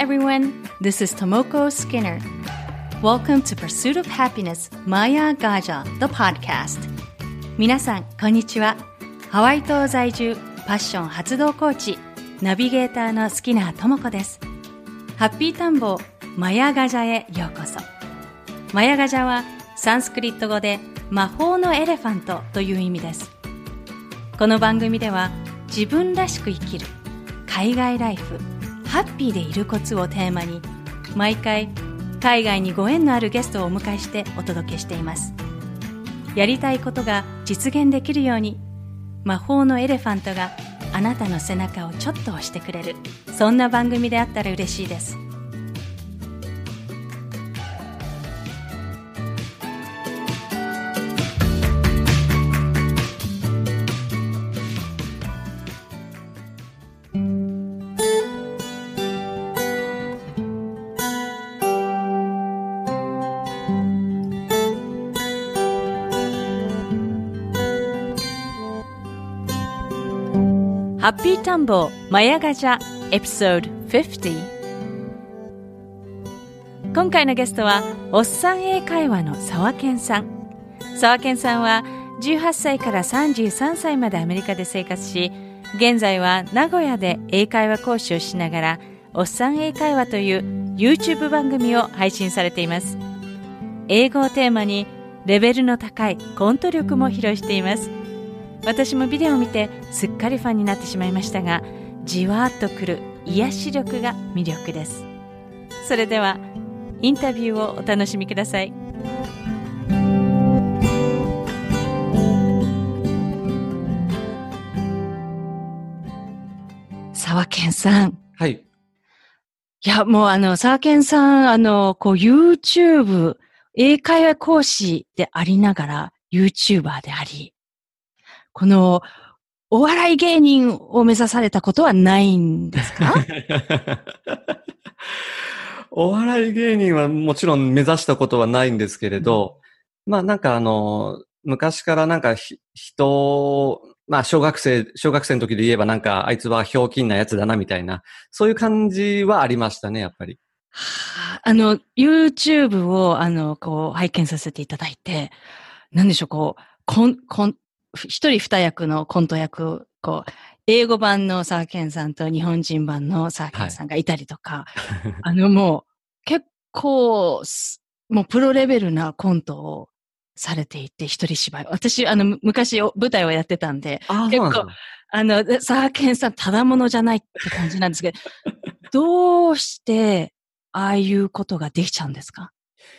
everyone. This is Tomoko Skinner. Welcome to Pursuit of Happiness Maya Gaja, the podcast. 皆さん、こんにちは。ハワイ島在住、パッション発動コーチ、ナビゲーターのスキナー智子です。ハッピータンボマヤガジャへようこそ。マヤガジャはサンスクリット語で魔法のエレファントという意味です。この番組では自分らしく生きる海外ライフ、ハッピーでいるコツをテーマに毎回海外にご縁のあるゲストをお迎えしてお届けしています。やりたいことが実現できるように魔法のエレファントがあなたの背中をちょっと押してくれる、そんな番組であったら嬉しいです。ハッピータンボマヤガジャエピソード50。今回のゲストはおっさん英会話の澤健さん。澤健さんは18歳から33歳までアメリカで生活し、現在は名古屋で英会話講師をしながらおっさん英会話という YouTube 番組を配信されています。英語をテーマにレベルの高いコント力も披露しています。私もビデオを見てすっかりファンになってしまいましたが、じわーっとくる癒し力が魅力です。それではインタビューをお楽しみください。澤健さん。 はい。 いや、もう澤健さん、YouTube、英会話講師でありながら YouTuber であり、この、お笑い芸人を目指されたことはないんですか？ お笑い芸人はもちろん目指したことはないんですけれど、まあ昔から小学生の時で言えばあいつはひょうきんなやつだなみたいな、そういう感じはありましたね、やっぱり。 YouTube を拝見させていただいて、なんでしょう、一人二役のコント役、英語版の澤健さんと日本人版の澤健さんがいたりとか、はい、もう結構、もうプロレベルなコントをされていて、一人芝居。私、昔舞台をやってたんで、結構、澤健さんただものじゃないって感じなんですけど、どうして、ああいうことができちゃうんですか？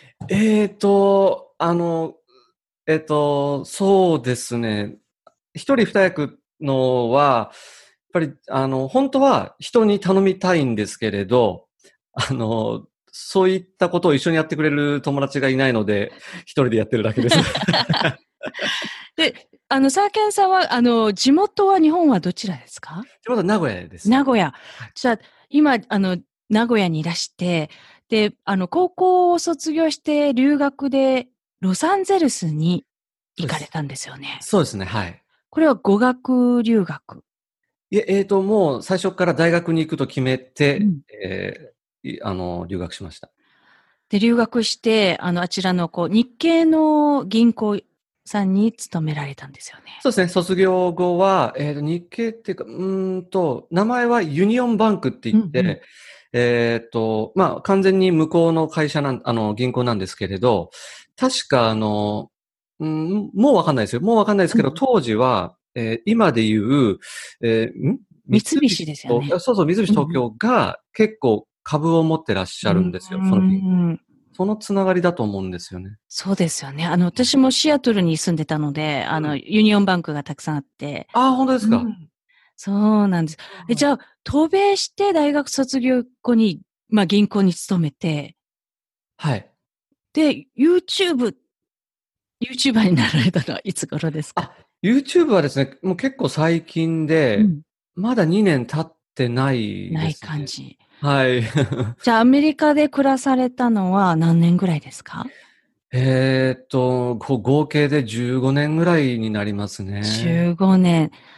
そうですね。一人二役のは、やっぱり、本当は人に頼みたいんですけれど、そういったことを一緒にやってくれる友達がいないので、一人でやってるだけです。 で、澤健さんは、地元は日本はどちらですか？ 地元は名古屋です。 名古屋。じゃあ、今、名古屋にいらして、で、高校を卒業して留学で、ロサンゼルスに行かれたんですよね。 そうですね、はい。 これは語学留学？ いえ、もう最初から大学に行くと決めて、留学しました。 で、留学して、あちらの日系の銀行さんに勤められたんですよね。 そうですね、卒業後は、日系っていうか、名前はユニオンバンクって言って、完全に向こうの会社銀行なんですけれど、確かもうわかんないですよ。もうわかんないですけど、当時は、今で言う、 三菱ですよね。 そうそう、三菱東京が結構株を持ってらっしゃるんですよ。そのつながりだと思うんですよね。 そうですよね。私もシアトルに住んでたので、ユニオンバンクがたくさんあって。 ああ、本当ですか。 そうなんです。じゃあ、渡米して大学卒業後に、銀行に勤めて。 はい。 で、YouTuber になられたのはいつ頃ですか ？YouTube はですね、もう結構最近で、まだ2年経ってないですね。 ない感じ。 はい。 じゃあ、アメリカで暮らされたのは何年ぐらいですか？ 合計で15年ぐらいになりますね。 15年。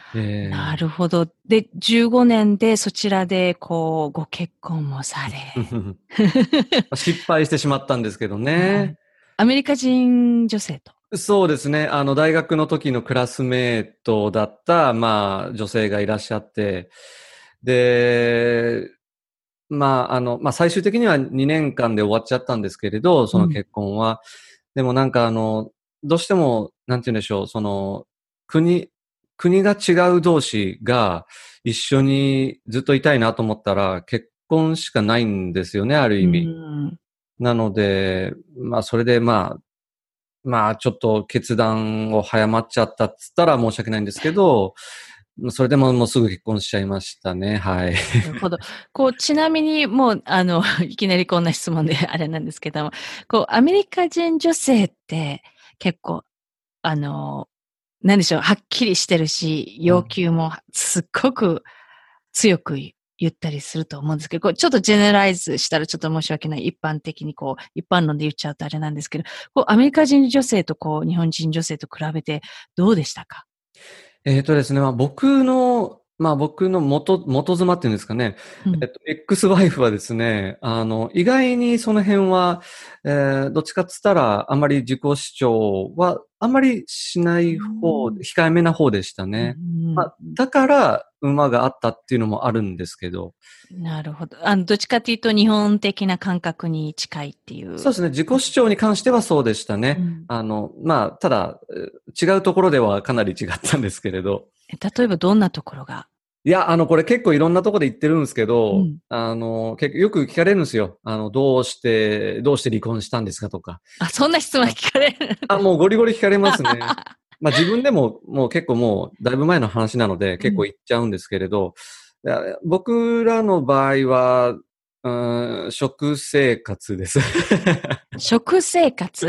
なるほど。で、15年でそちらで、ご結婚もされ。 失敗してしまったんですけどはい。 ね。 アメリカ人女性と。 そうですね。大学の時のクラスメートだった、女性がいらっしゃって、で、最終的には2年間で終わっちゃったんですけれど、その結婚は。でもどうしても、なんて言うんでしょう、国、国が違う同士が一緒にずっといたいなと思ったら、結婚しかないんですよね、ある意味。なので、それでちょっと決断を早まっちゃったっつったら申し訳ないんですけど、それでもうすぐ結婚しちゃいましたね。はい。 なるほど。ちなみにもう、いきなりこんな質問であれなんですけども、アメリカ人女性って結構、なんでしょう、はっきりしてるし、要求もすっごく強く言ったりすると思うんですけど、ちょっとジェネライズしたらちょっと申し訳ない。一般的に一般論で言っちゃうとあれなんですけど、アメリカ人女性と日本人女性と比べてどうでしたか？ ですね、僕の元妻っていうんですかね。X ワイフはですね、意外にその辺は、どっちかっつったら、あまり自己主張は、あまりしない方、控えめな方でしたね。だから、馬があったっていうのもあるんですけど。 なるほど。どっちかというと日本的な感覚に近いっていう。 そうですね。自己主張に関してはそうでしたね。ただ、違うところではかなり違ったんですけれど。 例えばどんなところが？ いや、これ結構いろんなところで言ってるんですけど、結構よく聞かれるんですよ。どうして離婚したんですかとか。 そんな質問聞かれる。 もうゴリゴリ聞かれますね。自分でももう結構もうだいぶ前の話なので結構言っちゃうんですけれど、僕らの場合は、食生活です。 食生活？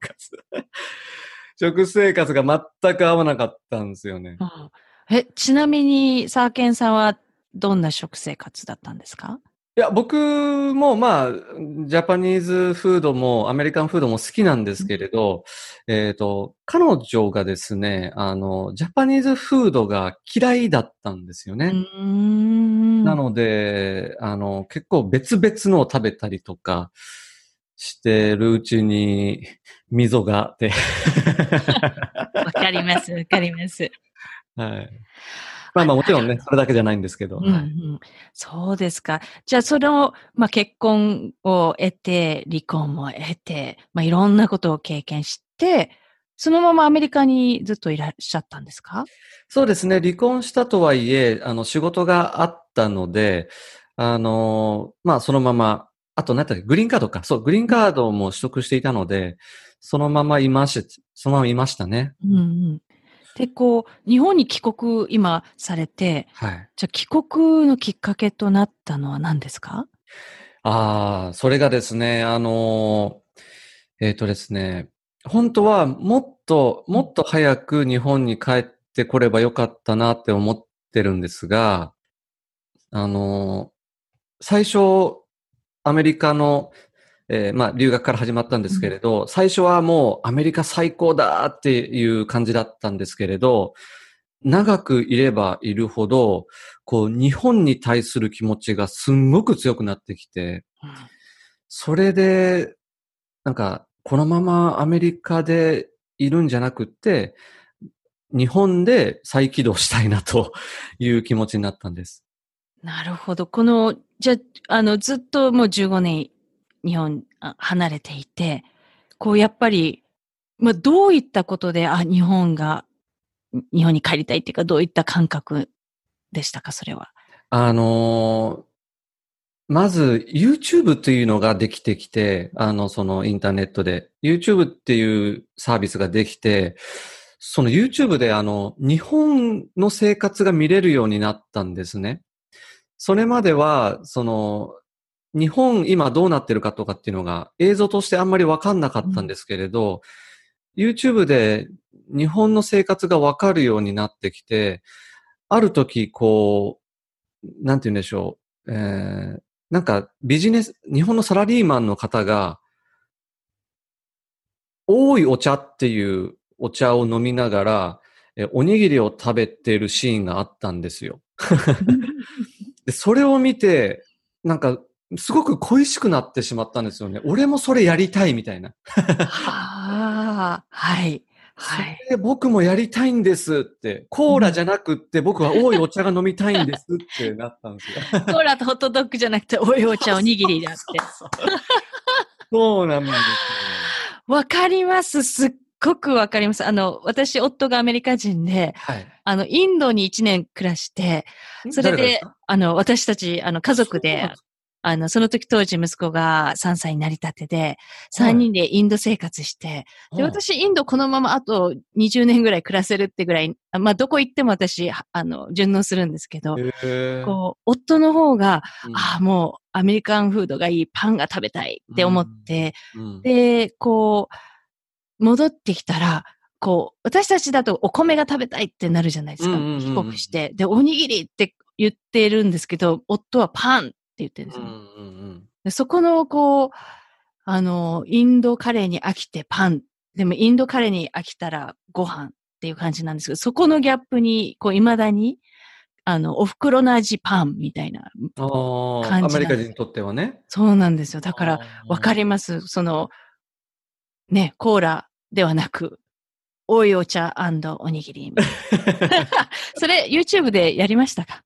食生活が全く合わなかったんですよね。 ちなみに、サーケンさんはどんな食生活だったんですか？ いや、僕もジャパニーズフードもアメリカンフードも好きなんですけれど、彼女がですね、ジャパニーズフードが嫌いだったんですよね。なので、結構別々のを食べたりとかしてるうちに溝があって。 わかります、わかります。 はい。もちろんね、それだけじゃないんですけど。はい。 そうですか。じゃあ、その、結婚を得て、離婚も得て、いろんなことを経験して、そのままアメリカにずっといらっしゃったんですか？ そうですね。離婚したとはいえ、仕事があったので、そのまま、あと何だっけ、グリーンカードか。そう、グリーンカードも取得していたので、そのままいましたね。 で、日本に帰国今されて、 はい。 じゃあ帰国のきっかけとなったのは何ですか？ それがですね、ですね、本当はもっと早く日本に帰ってこればよかったなって思ってるんですが、最初、アメリカの、留学から始まったんですけれど、最初はもうアメリカ最高だっていう感じだったんですけれど、長くいればいるほど、日本に対する気持ちがすんごく強くなってきて、それで、このままアメリカでいるんじゃなくって、日本で再起動したいなという気持ちになったんです。 なるほど。じゃあ、ずっともう15年日本離れていて、やっぱり、どういったことで、日本に帰りたいっていうか、どういった感覚でしたか、それは。 まず、YouTube っていうのができてきて、そのインターネットで。YouTube っていうサービスができて、その YouTube で日本の生活が見れるようになったんですね。それまでは、日本今どうなってるかとかっていうのが映像としてあんまりわかんなかったんですけれど、YouTube で日本の生活がわかるようになってきて、ある時、なんて言うんでしょう。ビジネス、日本のサラリーマンの方が、多いお茶っていうお茶を飲みながら、 おにぎりを食べてるシーンがあったんですよ。で、それを見て、なんか、すごく恋しくなってしまったんですよね。俺もそれやりたいみたいな。 はあ、はい。 そはい。 れ僕もやりたいんですって、コーラじゃなくって僕は多いお茶が飲みたいんですってなったんですよ。 コーラとホットドッグじゃなくて、おいお茶おにぎりだって。 そうそうなんですよ。 わかります。すっごくわかります。私、夫がアメリカ人で、 はい。 インドに1年暮らして、それで、 誰がですか？ 私たち、家族で、 そうなんです。 その時当時息子が3歳になりたてで、3 はい。 人でインド生活して、で、 は私、インドこのままあと20年ぐらい暮らせるってぐらい、まあ、どこ行っても私、順応するんですけど、 へえ。 こう、夫の方が、 うん。 もう、アメリカンフードがいい、パンが食べたいって思っうん。 て、 うん。 で、こう、戻ってきたら、こう、私たちだとお米が食べたいってなるじゃないですか。 うんうんうん帰うん。 国して。で、おにぎりって言ってるんですけど、夫はパンって言ってるんですよね。 うんうんうん。 でそこの、こう、インドカレーに飽きてパン。でも、インドカレーに飽きたらご飯っていう感じなんですけど、そこのギャップに、こう、未だに、お袋の味パンみたいなああ、ア感メじなんですよ。 リカ人にとってはね。 そうなんですよ。だから、 あわかりあ。 ます。ね、コーラではなく、おいお茶おにぎりみたいな。それ、YouTube でやりましたか？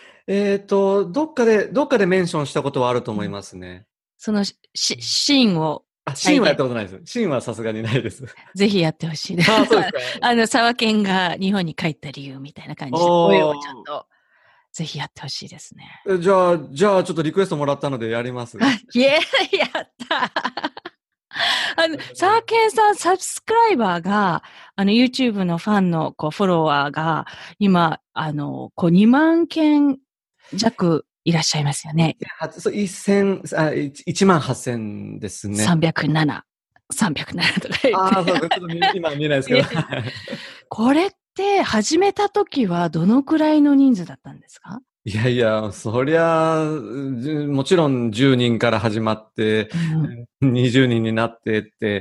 どっかでメンションしたことはあると思いうん。 ますね。 そのシーンをあ、シーンはやっ再現、 たことないです。シーンはさすがにないです。 ぜひやってほしいです。 ああ、そうですか。 沢健が日本に帰った理由みたいな感じで、おいお茶あぜひやってほしいですね。 あ、じゃあ、ちょっとリクエストもらったのでやります。 イエーイやった沢健さん、サブスクライバーが、YouTube のファンの、こう、フォロワーが、今、こう、2万件弱いらっしゃいますよね。 そう、1万8000ですね。 307。307とか言って。 ああ、そうですね。ちょっと今見えないですけど。はい。 これって始めた時はどのくらいの人数だったんですか？ いやいや、そりゃ、もちろん10人から始まって、 うん。 20人になってって、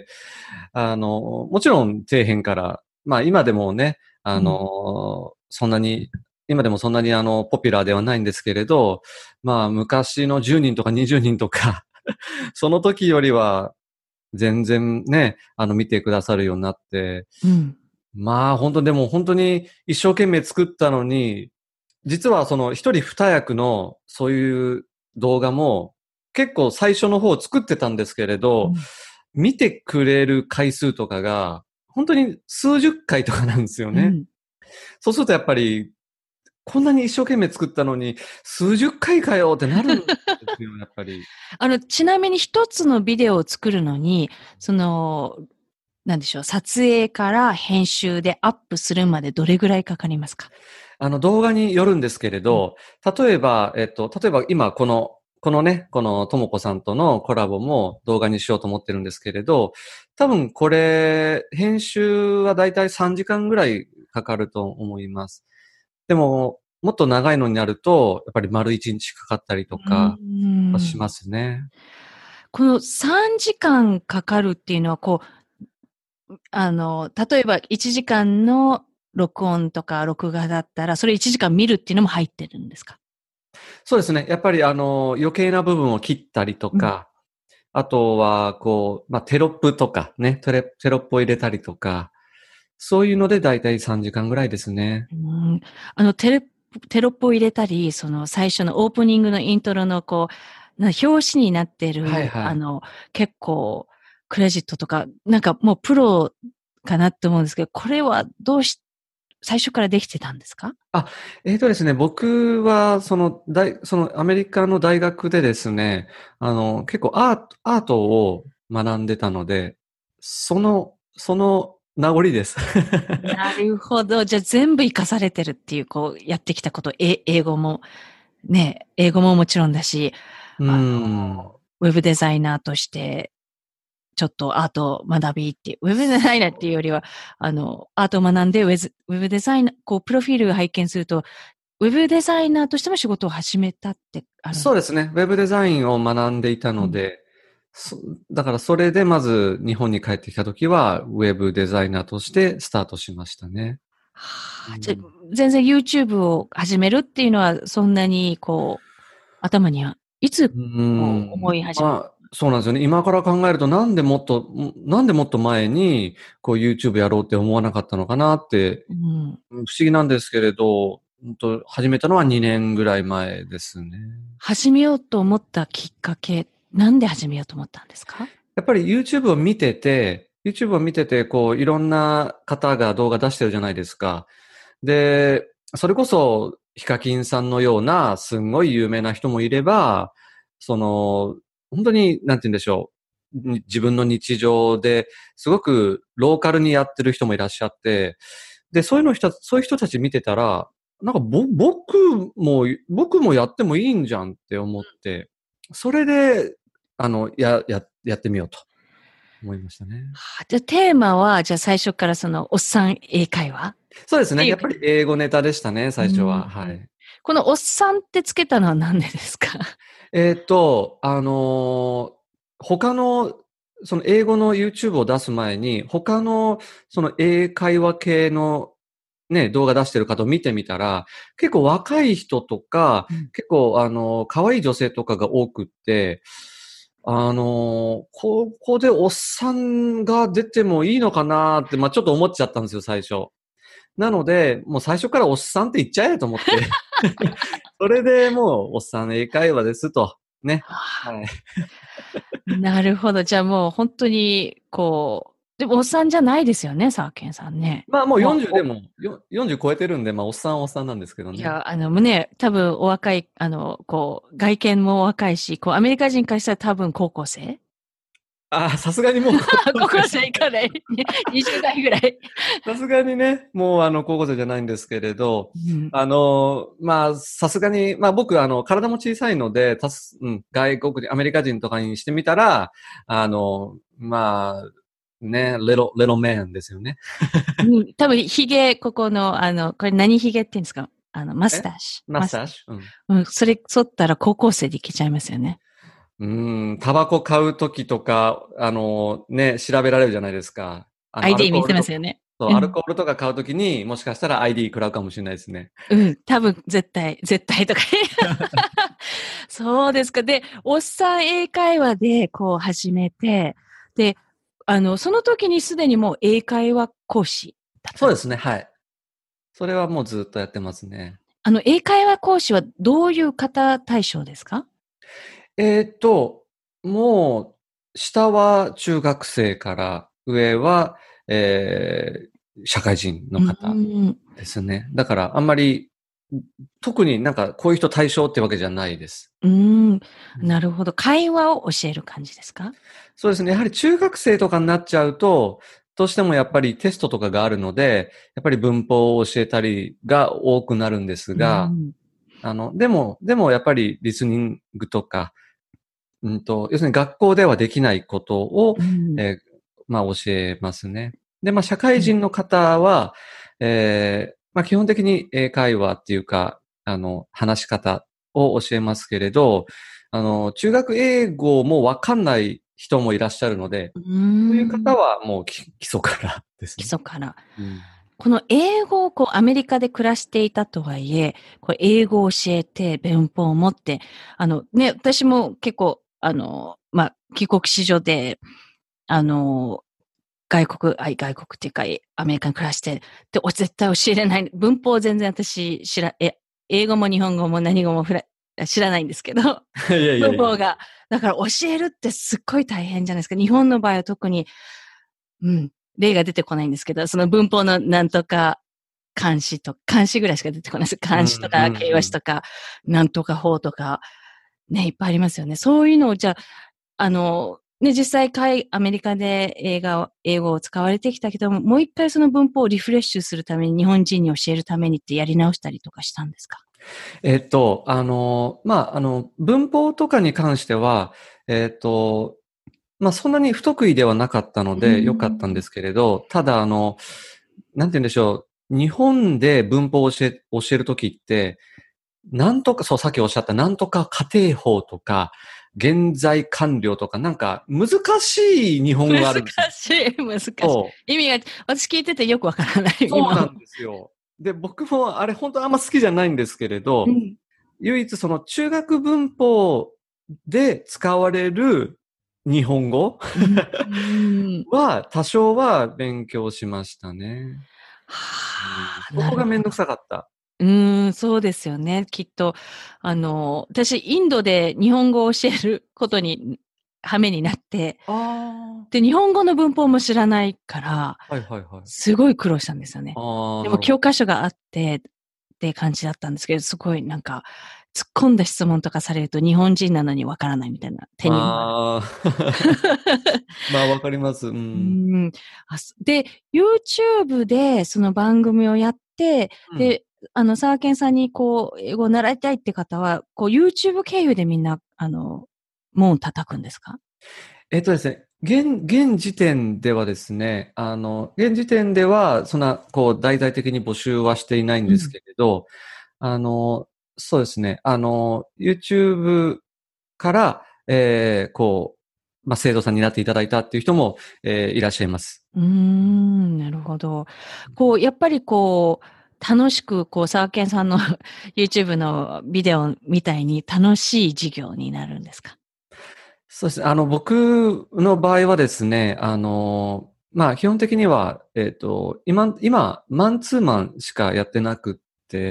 もちろん底辺から、まあ今でもね、 うん。 そんなに、今でもそんなにポピュラーではないんですけれど、まあ昔の10人とか20人とか、その時よりは全然ね、見てくださるようになって、 うん。 まあでも本当に一生懸命作ったのに、実はその一人二役のそういう動画も結構最初の方作ってたんですけれど、 うん。 見てくれる回数とかが本当に数十回とかなんですよね。 うん。 そうするとやっぱりこんなに一生懸命作ったのに数十回かよってなるんですよ、やっぱり。 ちなみに一つのビデオを作るのに、なんでしょう、撮影から編集でアップするまでどれぐらいかかりますか？ 動画によるんですけれうん。 ど、例えば今このともこさんとのコラボも動画にしようと思ってるんですけれど、多分これ、編集はだいたい3時間ぐらいかかると思います。でも、もっと長いのになると、やっぱり丸1日かかったりとうかしん。 ますね。 この3時間かかるっていうのは、こう、例えば1時間の録音とか録画だったら、それ1時間見るっていうのも入ってるんですか？ そうですね。やっぱり余計な部分を切ったりとうん。 か、あとは、まあ、テロップとかね、テロップを入れたりとか、そういうのでだいたい3時間ぐらいですね。 うん。テロップを入れたり、その最初のオープニングのイントロのこう、表紙になってる、 はいはい。 結構、クレジットとか、なんかもうプロかなって思うんですけど、これは最初からできてたんですか？ あ、ですね、僕は、そのアメリカの大学でですね、結構アートを学んでたので、その名残です。 なるほど。じゃあ全部活かされてるっていう、こう、やってきたこと、英語も、ね、英語ももちろんだし、 うーん。 ウェブデザイナーとして、ちょっとアート学びっていう、ウェブデザイナーっていうよりは、アートを学んでウェブデザイナー、こう、プロフィールを拝見すると、ウェブデザイナーとしても仕事を始めたってあるんです。 そうですね。ウェブデザインを学んでいたうん。 ので、だからそれでまず日本に帰ってきたときは、ウェブデザイナーとしてスタートしましたね。 じゃあ全然 YouTube を始めるっていうのはそんなに頭にはいつ思い始めた？ そうなんですよね。今から考えるとなんでもっと前にYouTube やろうって思わなかったのかなって、不思議なんですけれど、始めたのは2年ぐらい前ですね。 始めようと思ったきっかけ、なんで始めようと思ったんですか？ やっぱり YouTube を見てて、いろんな方が動画出してるじゃないですか。で、それこそ、ヒカキンさんのような、すんごい有名な人もいれば、本当に、なんて言うんでしょう。自分の日常ですごくローカルにやってる人もいらっしゃって、で、そういう人たち見てたら、なんか僕もやってもいいんじゃんって思って、それで、やってみようと思いましたね。 じゃあテーマは、じゃあ最初からおっさん英会話？ そうですね。やっぱり英語ネタでしたね、最初は。はい。 このおっさんってつけたのはなんでですか？ 他の、その英語の YouTube を出す前に、他の、その英会話系のね、動画出してる方を見てみたら、結構若い人とか、結構可愛い女性とかが多くって、ここでおっさんが出てもいいのかなって、ちょっと思っちゃったんですよ、最初。なので、もう最初からおっさんって言っちゃえと思って。それでもう、おっさん英会話ですと。ね。はい。 なるほど。じゃあもう本当に、でもおっさんじゃないですよね、サーケンさんね。 もう40でも、40超えてるんで、おっさんなんですけどね。 いや、多分お若い、外見も若いし、アメリカ人からしたら多分高校生？ さすがにもう高校生いかない ?20 代ぐらい。 さすがにね、もう高校生じゃないんですけれど、さすがに、僕体も小さいので、外国人、アメリカ人とかにしてみたら、little man ですよね。 多分、これ何髭って言うんですか？マスタッシュ。 マスタッシュ。それ剃ったら高校生でいけちゃいますよね。 タバコ買うときとか、調べられるじゃないですか。 ID 見せますよね。 そう、アルコールとか買うときに、もしかしたら ID 食らうかもしれないですね。 多分、絶対とか。そうですか。で、おっさん英会話で始めて、で、その時にすでにもう英会話講師だった。 そうですね、はい。それはもうずっとやってますね。 英会話講師はどういう方対象ですか？ もう、下は中学生から上は、社会人の方ですね。だからあんまり、特になんかこういう人対象ってわけじゃないです。 なるほど。会話を教える感じですか？ そうですね。やはり中学生とかになっちゃうと、どうしてもやっぱりテストとかがあるので、やっぱり文法を教えたりが多くなるんですが、でもやっぱりリスニングとか、要するに学校ではできないことを、教えますね。で、社会人の方は、基本的に英会話っていうか、話し方を教えますけれど、中学英語もわかんない人もいらっしゃるので、そういう方はもう基礎からですね。 基礎から。この英語をアメリカで暮らしていたとはいえ、英語を教えて、文法を持って、私も結構、帰国子女で、外国っていうか、アメリカに暮らして、で、絶対教えれない。文法全然私英語も日本語も何語も知らないんですけど、文法が。だから教えるってすっごい大変じゃないですか。日本の場合は特に、例が出てこないんですけど、その文法のなんとか漢詩ぐらいしか出てこないです。漢詩とか形容詞とか、なんとか法とか、ね、いっぱいありますよね。そういうのを、じゃあ、実際アメリカで英語を使われてきたけども、もう一回その文法をリフレッシュするために、日本人に教えるためにってやり直したりとかしたんですか？ 文法とかに関しては、そんなに不得意ではなかったので良かったんですけれど、ただなんて言うんでしょう、日本で文法を教えるときって、さっきおっしゃったなんとか家庭法とか、 現在完了とか、なんか難しい日本語があるんですよ。 難しい。意味が、私聞いててよくわからない。 そうなんですよ。で、僕もあれ本当あんま好きじゃないんですけれど、唯一その中学文法で使われる日本語は多少は勉強しましたね。そこがめんどくさかった。 そうですよね。きっと、私、インドで日本語を教えることに、羽目になって、で、日本語の文法も知らないから、すごい苦労したんですよね。でも、教科書があって、って感じだったんですけど、すごいなんか、突っ込んだ質問とかされると日本人なのにわからないみたいな手にもある。 まあ、わかります。 で、YouTube でその番組をやって、で、沢健さんに英語を習いたいって方は、YouTube 経由でみんな、門を叩くんですか？ ですね、現時点ではですね、現時点では、そんな、大々的に募集はしていないんですけれど、そうですね、YouTube から、生徒さんになっていただいたっていう人も、いらっしゃいます。 なるほど。やっぱり楽しく、沢健さんのYouTube のビデオみたいに楽しい授業になるんですか？ そうですね。僕の場合はですね、基本的には、今、マンツーマンしかやってなくって、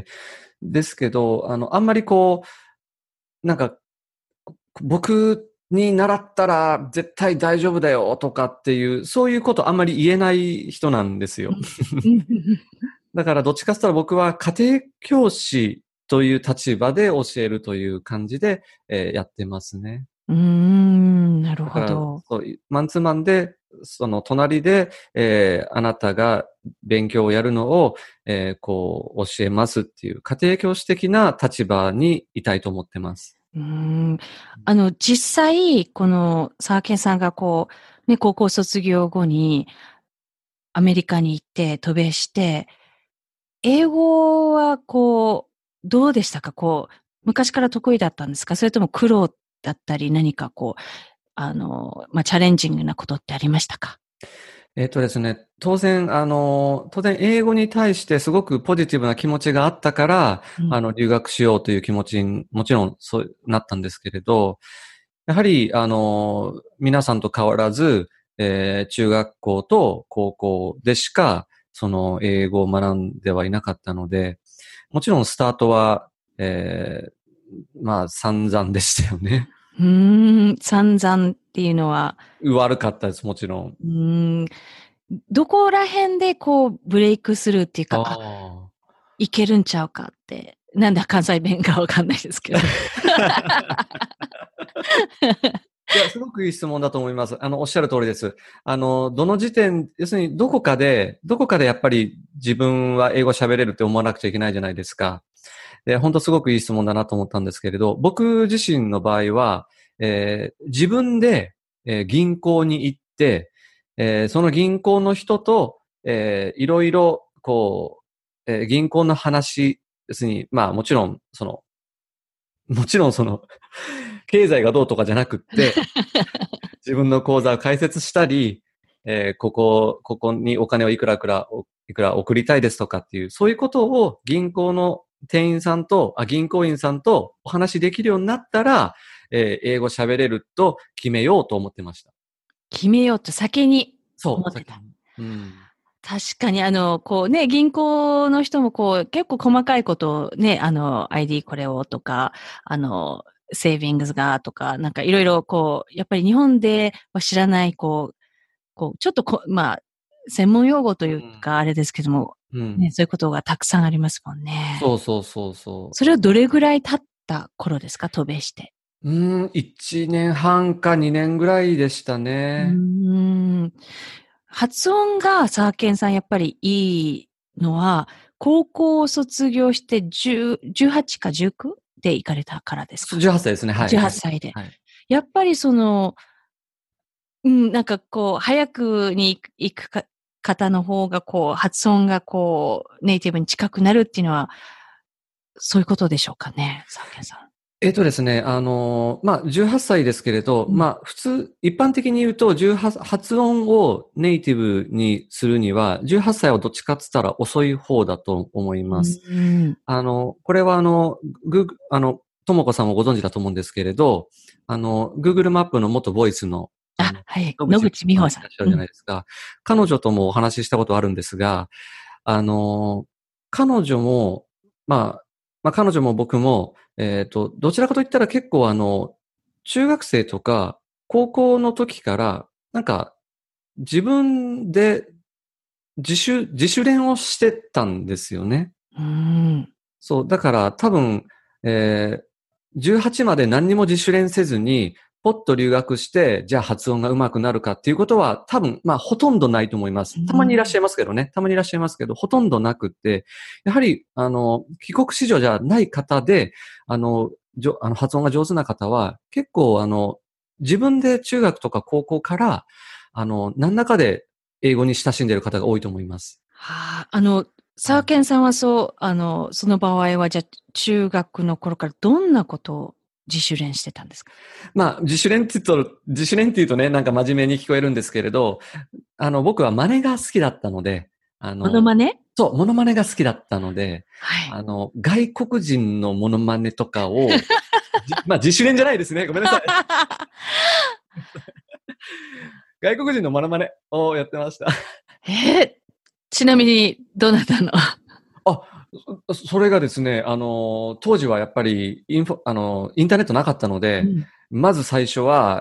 ですけど、あんまりなんか、僕に習ったら絶対大丈夫だよとかっていう、そういうことあんまり言えない人なんですよ。だからどっちかって言ったら僕は家庭教師という立場で教えるという感じで、やってますね。 なるほど。 そう、マンツーマンで、その隣で、あなたが勉強をやるのを、教えますっていう家庭教師的な立場にいたいと思ってます。 実際、この沢健さんが高校卒業後にアメリカに行って渡米して、英語はどうでしたか？昔から得意だったんですか？それとも苦労だったり何かチャレンジングなことってありましたか？ ですね、当然英語に対してすごくポジティブな気持ちがあったから、留学しようという気持ちにもちろんそうなったんですけれど、やはり、皆さんと変わらず、中学校と高校でしか、その英語を学んではいなかったので、もちろんスタートは、散々でしたよね。 散々っていうのは悪かったです、もちろん。 どこら辺でブレイクスルーっていうか、いけるんちゃうかって。なんだ関西弁かわかんないですけど。 いや、すごくいい質問だと思います。おっしゃる通りです。どの時点、要するにどこかでやっぱり自分は英語喋れるって思わなくちゃいけないじゃないですか。で、本当すごくいい質問だなと思ったんですけれど、僕自身の場合は、自分で、銀行に行って、その銀行の人と、いろいろ、銀行の話、要するに、もちろん、経済がどうとかじゃなくって、自分の口座を開設したり、ここにお金をいくら送りたいですとかっていう、そういうことを銀行の銀行員さんとお話できるようになったら、英語喋れると決めようと思ってました。 決めようと先に思ってた。確かに銀行の人も結構細かいことをね、ID これをとか、セービングスがとか、なんかいろいろやっぱり日本では知らない、ちょっと専門用語というかあれですけども、ね、そういうことがたくさんありますもんね。 そう。 それはどれぐらい経った頃ですか？渡米して。 1年半か2年ぐらいでしたね。 発音が沢健さんやっぱりいいのは、高校を卒業して18か 19? で行かれたからですか ？18歳ですね。はい。 18歳で。やっぱりなんか早くに行く方の方が発音がネイティブに近くなるっていうのは、そういうことでしょうかね、沢健さん。 ですね、18歳ですけれど、一般的に言うと、発音をネイティブにするには、18歳はどっちかって言ったら遅い方だと思います。これはともこさんもご存知だと思うんですけれど、Google マップの元ボイスの、 はい。野口美穂さん。いらっしゃるじゃないですか。彼女ともお話ししたことあるんですが、彼女も、彼女も僕も、どちらかといったら結構中学生とか高校の時から、自分で自主練をしてたんですよね。そう、だから多分、18まで何にも自主練せずに、ポッと留学して、じゃあ発音が上手くなるかっていうことは多分、ほとんどないと思います。たまにいらっしゃいますけどね。たまにいらっしゃいますけど、ほとんどなくって、やはり、帰国子女じゃない方で、発音が上手な方は、結構、自分で中学とか高校から、何らかで英語に親しんでいる方が多いと思います。 サーケンさんはその場合は、じゃあ、中学の頃からどんなことを自主練してたんですか？ 自主練って言うとね、真面目に聞こえるんですけれど、僕は真似が好きだったので、 モノマネ？ そう、モノマネが好きだったので、 はい。 外国人のモノマネとかを、自主練じゃないですね。ごめんなさい。外国人のモノマネをやってました。 ちなみに、どなたの？ それがですね、当時はやっぱりインターネットなかったので、まず最初は、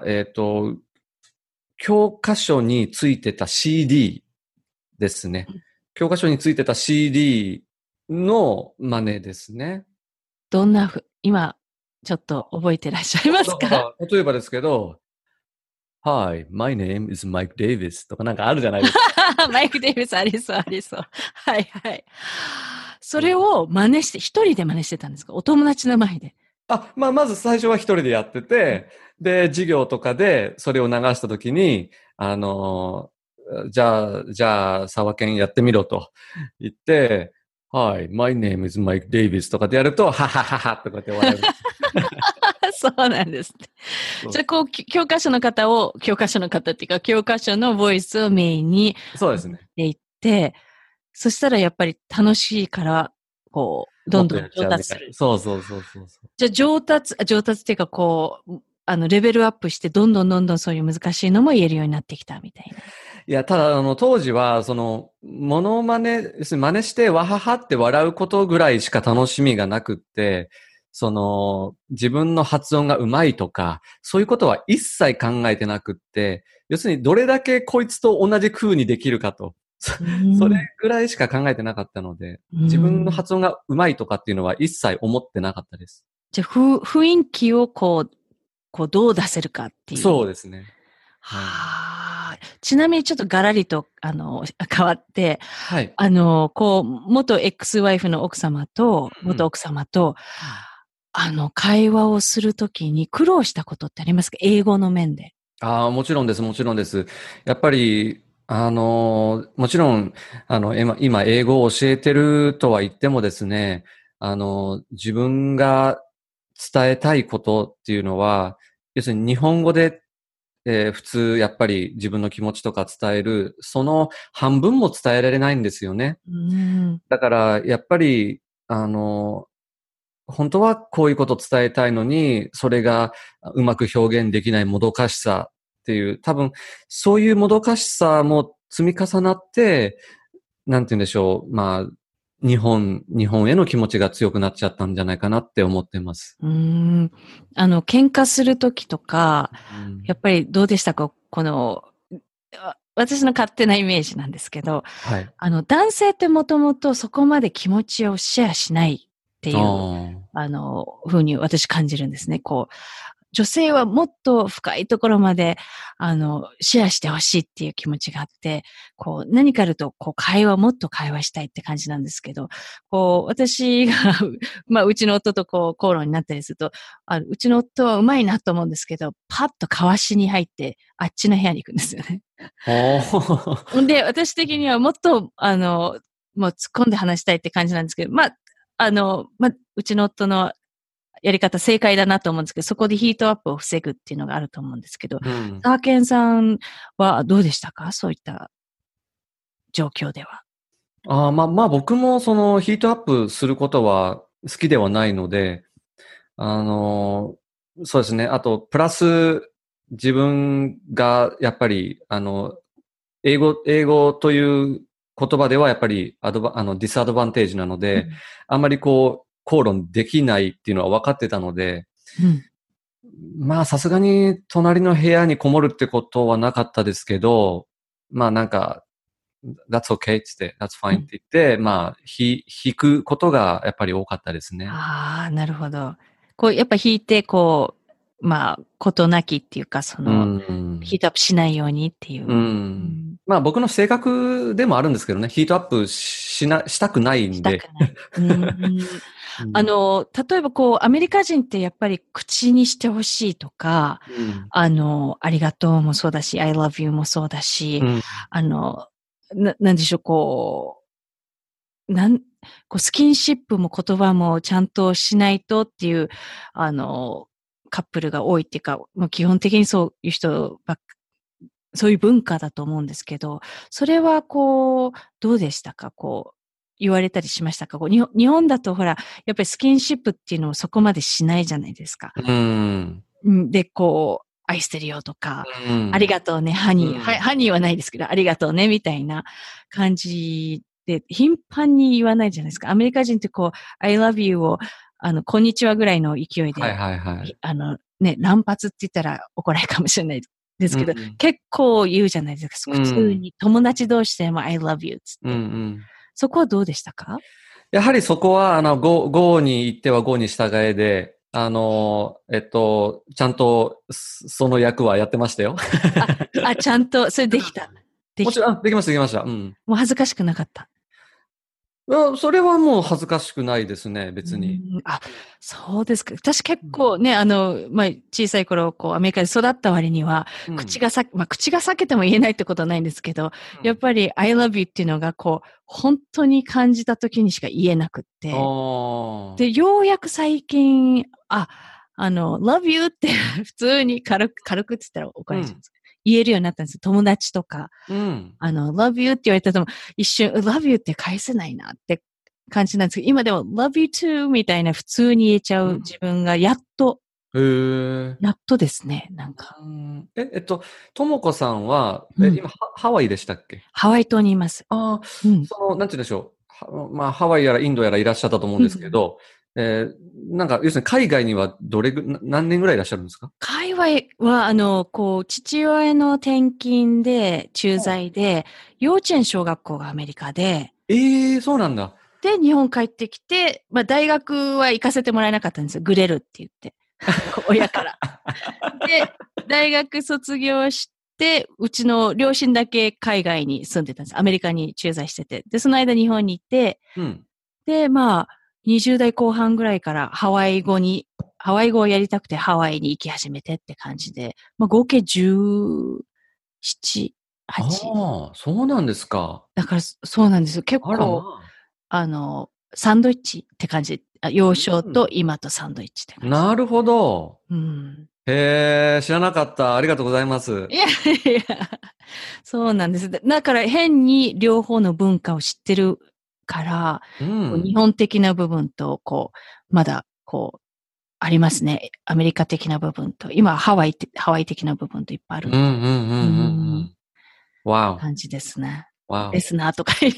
教科書についてた CD ですね。教科書についてた CD の真似ですね。 どんな今、ちょっと覚えてらっしゃいますか？ 例えばですけど、Hi, my name is Mike Davis とかあるじゃないですか。 マイク・デイビスありそう、ありそう。はいはい。それを真似して、一人で真似してたんですか？お友達の前で。 まず最初は一人でやってて、で、授業とかでそれを流したときに、じゃあ、沢健やってみろと言って、Hi, my name is Mike Davis とかでやると、ははははとかって笑う。 そうなんですね。じゃあ、教科書の方っていうか、教科書のボイスをメインに、 そうですね。 でいって、そしたらやっぱり楽しいから、どんどん上達する。 そう。 じゃあ上達っていうか、レベルアップして、どんどんそういう難しいのも言えるようになってきたみたいな。 いや、ただ、当時は、モノマネ、要するに真似して、わははって笑うことぐらいしか楽しみがなくって、自分の発音がうまいとか、そういうことは一切考えてなくって、要するにどれだけこいつと同じ風にできるかと。それぐらいしか考えてなかったので、自分の発音がうまいとかっていうのは一切思ってなかったです。 じゃあ、雰囲気をどう出せるかっていう。 そうですね。 ちなみにちょっとガラリと、変わって、 はい。 元エクスワイフの奥様と、元奥様と、会話をするときに苦労したことってありますか？英語の面で。 もちろんです。やっぱり、もちろん、今、英語を教えてるとは言ってもですね、自分が伝えたいことっていうのは、要するに日本語で、普通、やっぱり自分の気持ちとか伝える、その半分も伝えられないんですよね。だから、やっぱり、本当はこういうことを伝えたいのに、それがうまく表現できないもどかしさっていう、多分、そういうもどかしさも積み重なって、なんて言うんでしょう。日本への気持ちが強くなっちゃったんじゃないかなって思ってます。 喧嘩するときとか、やっぱりどうでしたか？私の勝手なイメージなんですけど、 はい。 男性ってもともとそこまで気持ちをシェアしないっていう、ふうに私感じるんですね。女性はもっと深いところまで、シェアしてほしいっていう気持ちがあって、何かあると、もっと会話したいって感じなんですけど、私がうちの夫と口論になったりすると、うちの夫はうまいなと思うんですけど、パッと交わしに入って、あっちの部屋に行くんですよね。で、私的にはもっと、もう突っ込んで話したいって感じなんですけど、うちの夫のやり方正解だなと思うんですけど、そこでヒートアップを防ぐっていうのがあると思うんですけど、サーケンさんはどうでしたか？そういった状況では。 まあ僕もそのヒートアップすることは好きではないので、そうですね。あと、プラス自分がやっぱり、英語という言葉ではやっぱりディスアドバンテージなので、あんまりこう、口論できないっていうのは分かってたので、まあさすがに隣の部屋にこもるってことはなかったですけど、まあなんか、that's okay って言って、that's fine って言って、まあ、引くことがやっぱり多かったですね。 ああ、なるほど。こう、やっぱ引いて、こう、まあ、ことなきっていうか、ヒートアップしないようにっていう。 まあ僕の性格でもあるんですけどね、ヒートアップしたくないんで。 したくない。例えばこう、アメリカ人ってやっぱり口にしてほしいとか、ありがとうもそうだし、I love you もそうだし、なんでしょう、こうスキンシップも言葉もちゃんとしないとっていう、カップルが多いっていうか、もう基本的にそういう人ばっか、そういう文化だと思うんですけど、それはこう、どうでしたか？こう、言われたりしましたか？こう日本だとほら、やっぱりスキンシップっていうのをそこまでしないじゃないですか。で、こう、愛してるよとか、ありがとうね、ハニー。ハニーはないですけど、ありがとうね、みたいな感じで、頻繁に言わないじゃないですか。アメリカ人ってこう、I love you を、こんにちはぐらいの勢いで、乱発って言ったら怒られるかもしれないですけど、結構言うじゃないですか。普通に友達同士でも I love you つって。そこはどうでしたか？ やはりそこは、Go に行っては Go に従えで、ちゃんと、その役はやってましたよ。 ちゃんと、それできた。 もちろん、できました。 もう恥ずかしくなかった。 それはもう恥ずかしくないですね、別に。 そうですか。私結構ね、小さい頃、こう、アメリカで育った割には、口が裂けても言えないってことはないんですけど、やっぱり I love you っていうのが、こう、本当に感じた時にしか言えなくって。で、ようやく最近、love you って普通に軽くって言ったら怒られちゃうんですけど、言えるようになったんですよ。友達とか。love you って言われたと一瞬、love you って返せないなって感じなんですけど、今でも love you too みたいな普通に言えちゃう自分がやっとですね、なんか。 ともこさんは、今、ハワイでしたっけ？ ハワイ島にいます。 なんて言うんでしょう。まあ、ハワイやらインドやらいらっしゃったと思うんですけど、なんか、要するに海外には何年ぐらいいらっしゃるんですか？ 海外は、こう、父親の転勤で、駐在で、幼稚園小学校がアメリカで、 そうなんだ。 で、日本帰ってきて、大学は行かせてもらえなかったんですよ。グレるって言って。親から。で、大学卒業して、うちの両親だけ海外に住んでたんです。アメリカに駐在してて。で、その間日本に行って、で、20代後半ぐらいからハワイ語をやりたくてハワイに行き始めてって感じで、合計17、8。 そうなんですか。 だから、そうなんですよ。結構、サンドイッチって感じ。幼少と今とサンドイッチって感じ。 なるほど。 へえ、知らなかった。ありがとうございます。 いや、そうなんです。だから変に両方の文化を知ってるから、日本的な部分と、こう、まだ、こう、ありますね。アメリカ的な部分と、今ハワイ的な部分といっぱいある。 わお。 感じですね。 わお。 ですな、とか言う。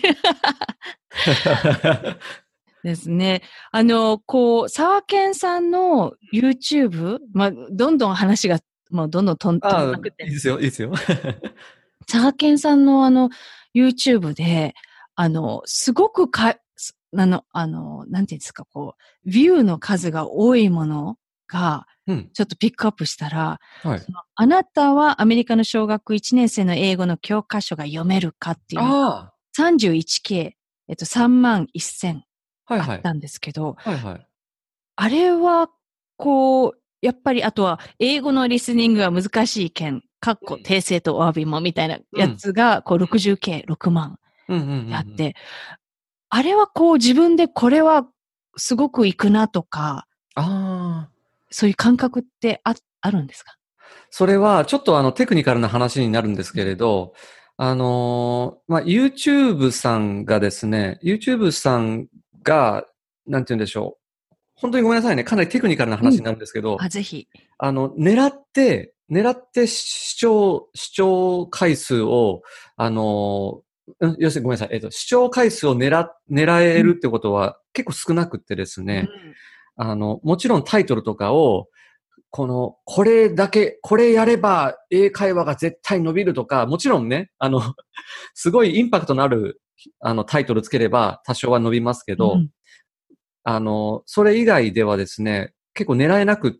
ですね。こう、沢健さんの YouTube、どんどん話が、もうどんどん飛んでまくって。 いいですよ、いいですよ。 沢健さんのYouTube で、すごくなんていうんですか、こう、ビューの数が多いものが、ちょっとピックアップしたら、あなたはアメリカの小学1年生の英語の教科書が読めるかっていうのが、31K、31,000あったんですけど、あれは、こう、やっぱりあとは英語のリスニングが難しい件、訂正とお詫びもみたいなやつが、こう 60K、6万あって、あれはこう自分でこれはすごくいくなとか、 そういう感覚ってあるんですか？ それは、ちょっとテクニカルな話になるんですけれど、YouTube さんがですね、YouTube さんが、なんて言うんでしょう。本当にごめんなさいね。かなりテクニカルな話になるんですけど、 ぜひ。 狙って視聴回数を、要するにごめんなさい。視聴回数を狙えるってことは結構少なくってですね、もちろんタイトルとかを、これやれば英会話が絶対伸びるとか、もちろんね、すごいインパクトのある、タイトルつければ多少は伸びますけど、それ以外ではですね、結構狙えなくって、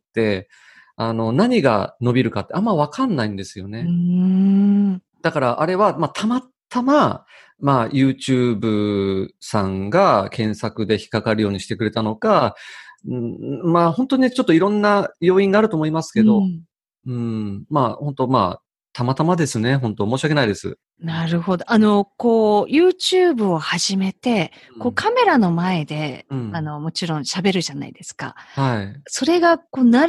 何が伸びるかってあんまわかんないんですよね。だからあれは、たまたま、YouTube さんが検索で引っかかるようにしてくれたのか、本当にちょっといろんな要因があると思いますけど、本当たまたまですね。本当申し訳ないです。 なるほど。YouTube を始めて、カメラの前で、もちろん喋るじゃないですか。 はい。 それが、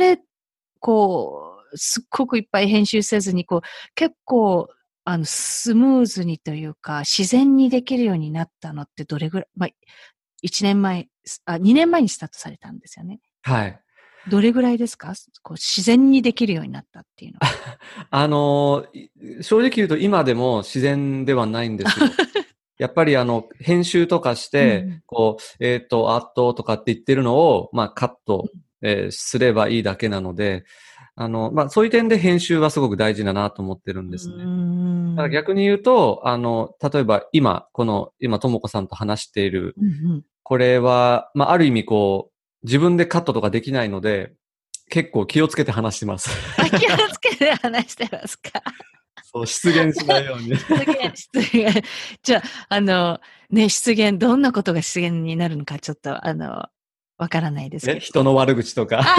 すっごくいっぱい編集せずに、結構、スムーズにというか、自然にできるようになったのってどれぐらい、2年前にスタートされたんですよね。 はい。 どれぐらいですか？自然にできるようになったっていうのは。 正直言うと今でも自然ではないんですよ。やっぱり編集とかして、とかって言ってるのを、カット、すればいいだけなので、そういう点で編集はすごく大事だなと思ってるんですね。だから逆に言うと、例えば今、ともこさんと話している、これは、ある意味自分でカットとかできないので、結構気をつけて話してます。 気をつけて話してますか？ そう、失言しないように。 失言。じゃあ、失言、どんなことが失言になるのかちょっと、わからないですけど。 人の悪口とか。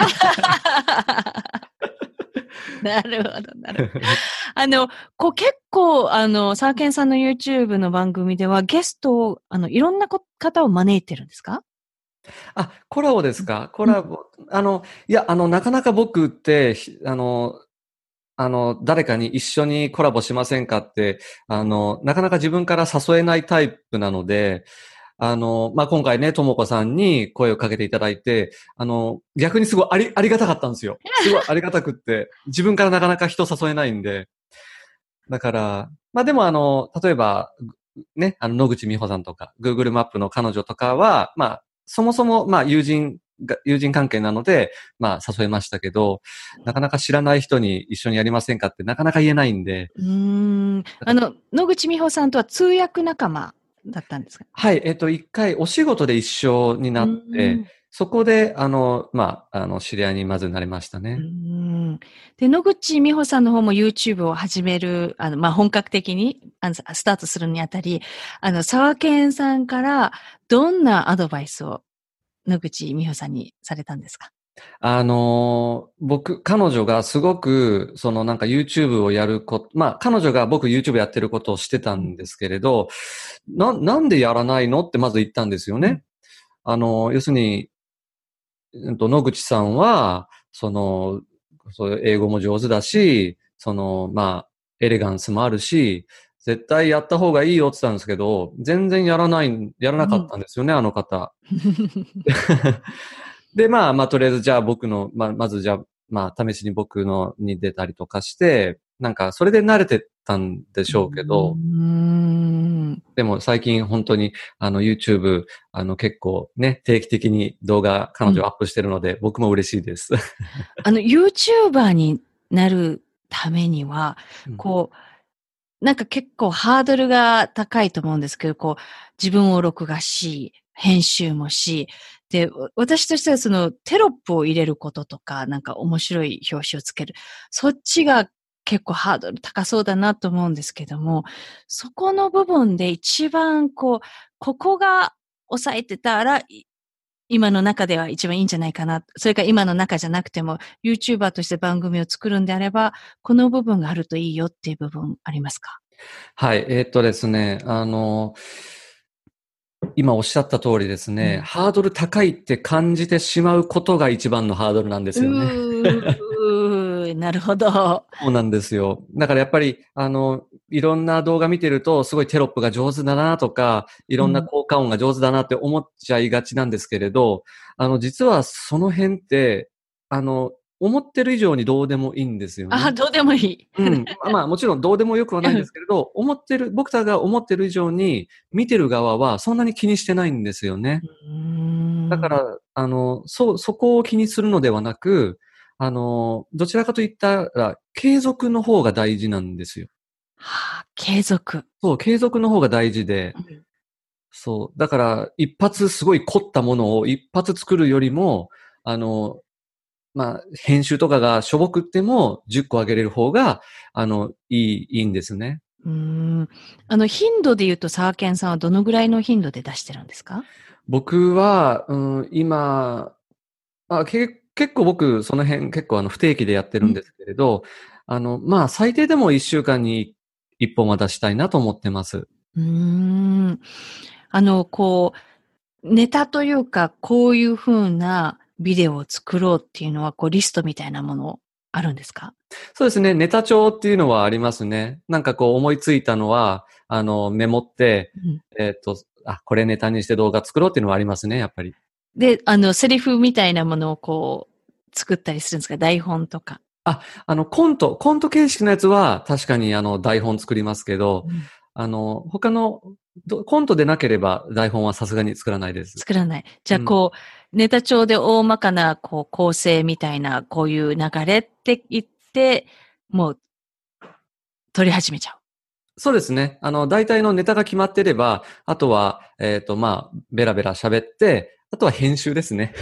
なるほど、なるほど。結構、サーケンさんの YouTube の番組ではゲストを、いろんな方を招いてるんですか？ コラボですか？コラボ、なかなか僕って、誰かに一緒にコラボしませんかって、なかなか自分から誘えないタイプなので、今回ね、ともこさんに声をかけていただいて、逆にすごいありがたかったんですよ。すごいありがたくって、自分からなかなか人誘えないんで。だから、でも例えば、ね、野口美穂さんとか、Google マップの彼女とかは、そもそも、友人関係なので、誘いましたけど、なかなか知らない人に一緒にやりませんかってなかなか言えないんで。 野口美穂さんとは通訳仲間だったんですか？ はい、一回お仕事で一緒になって、そこで、知り合いにまずなりましたね。 で、野口美穂さんの方も YouTube を始める、本格的に、スタートするにあたり、沢健さんからどんなアドバイスを野口美穂さんにされたんですか？ 彼女がすごく、YouTube をやる彼女が僕 YouTube やってることをしてたんですけれど、なんでやらないのってまず言ったんですよね。要するに、野口さんは、英語も上手だし、エレガンスもあるし、絶対やった方がいいよって言ったんですけど、全然やらなかったんですよね、あの方。で、とりあえずじゃあ僕の、まずじゃあ、試しに僕のに出たりとかして、それで慣れてたんでしょうけど、でも最近本当にYouTube、結構ね、定期的に動画彼女アップしてるので、僕も嬉しいです。 YouTuber になるためには、結構ハードルが高いと思うんですけど、自分を録画し、編集もし、で、私としてはテロップを入れることとか、面白い表紙をつける。そっちが結構ハードル高そうだなと思うんですけども、そこの部分で一番ここが抑えてたら、今の中では一番いいんじゃないかな。それから今の中じゃなくても、YouTuber として番組を作るんであれば、この部分があるといいよっていう部分ありますか？ はい、ですね、 今おっしゃった通りですね、ハードル高いって感じてしまうことが一番のハードルなんですよね。 なるほど。 そうなんですよ。だからやっぱり、いろんな動画見てると、すごいテロップが上手だなとか、いろんな効果音が上手だなって思っちゃいがちなんですけれど、実はその辺って、思ってる以上にどうでもいいんですよね。 どうでもいい。 うん。まあもちろんどうでもよくはないんですけれど、僕たちが思ってる以上に、見てる側はそんなに気にしてないんですよね。だから、そこを気にするのではなく、どちらかといったら、継続の方が大事なんですよ。 継続。 そう、継続の方が大事で、そう。だから、一発すごい凝ったものを一発作るよりも、編集とかがしょぼくっても10個上げれる方が、いいんですね。 頻度で言うと、沢健さんはどのぐらいの頻度で出してるんですか？ 僕は、今、結構僕、その辺結構不定期でやってるんですけれど、最低でも1週間に1本は出したいなと思ってます。 ネタというか、こういう風なビデオを作ろうっていうのは、リストみたいなものあるんですか？ そうですね。ネタ帳っていうのはありますね。なんか思いついたのは、メモって、これネタにして動画作ろうっていうのはありますね、やっぱり。 で、セリフみたいなものを作ったりするんですか？台本とか。 コント形式のやつは確かに台本作りますけど、他のコントでなければ台本はさすがに作らないです。 作らない。じゃあネタ帳で大まかな構成みたいなこういう流れって言って、もう撮り始めちゃう。 そうですね。大体のネタが決まってれば、あとは、ベラベラ喋って、あとは編集ですね。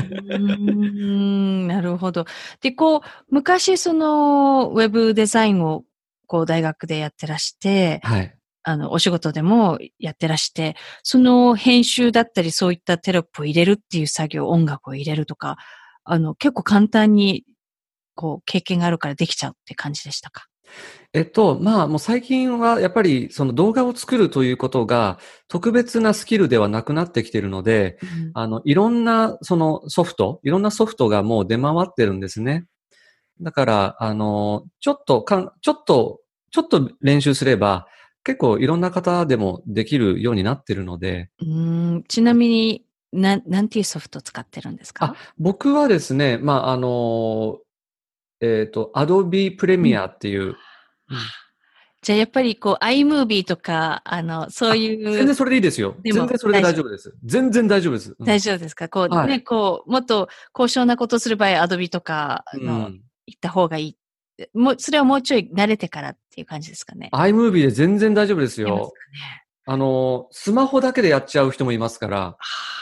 なるほど。で、昔ウェブデザインを大学でやってらして、 はい。 お仕事でもやってらして、その編集だったりそういったテロップを入れるっていう作業、音楽を入れるとか、結構簡単に、経験があるからできちゃうって感じでしたか？ もう最近はやっぱりその動画を作るということが特別なスキルではなくなってきているので、いろんなそのいろんなソフトがもう出回ってるんですね。だから、ちょっと練習すれば結構いろんな方でもできるようになってるので。 ちなみに、なんていうソフトを使ってるんですか？ 僕はですね、Adobe Premiere っていう。 じゃあやっぱりiMovie とか、そういう。 全然それでいいですよ。全然それで大丈夫です。全然大丈夫です。 大丈夫ですか？ はい、 もっと高尚なことする場合、Adobe とか行った方がいい。それはもうちょい慣れてからっていう感じですかね。 iMovie で全然大丈夫ですよ。スマホだけでやっちゃう人もいますから。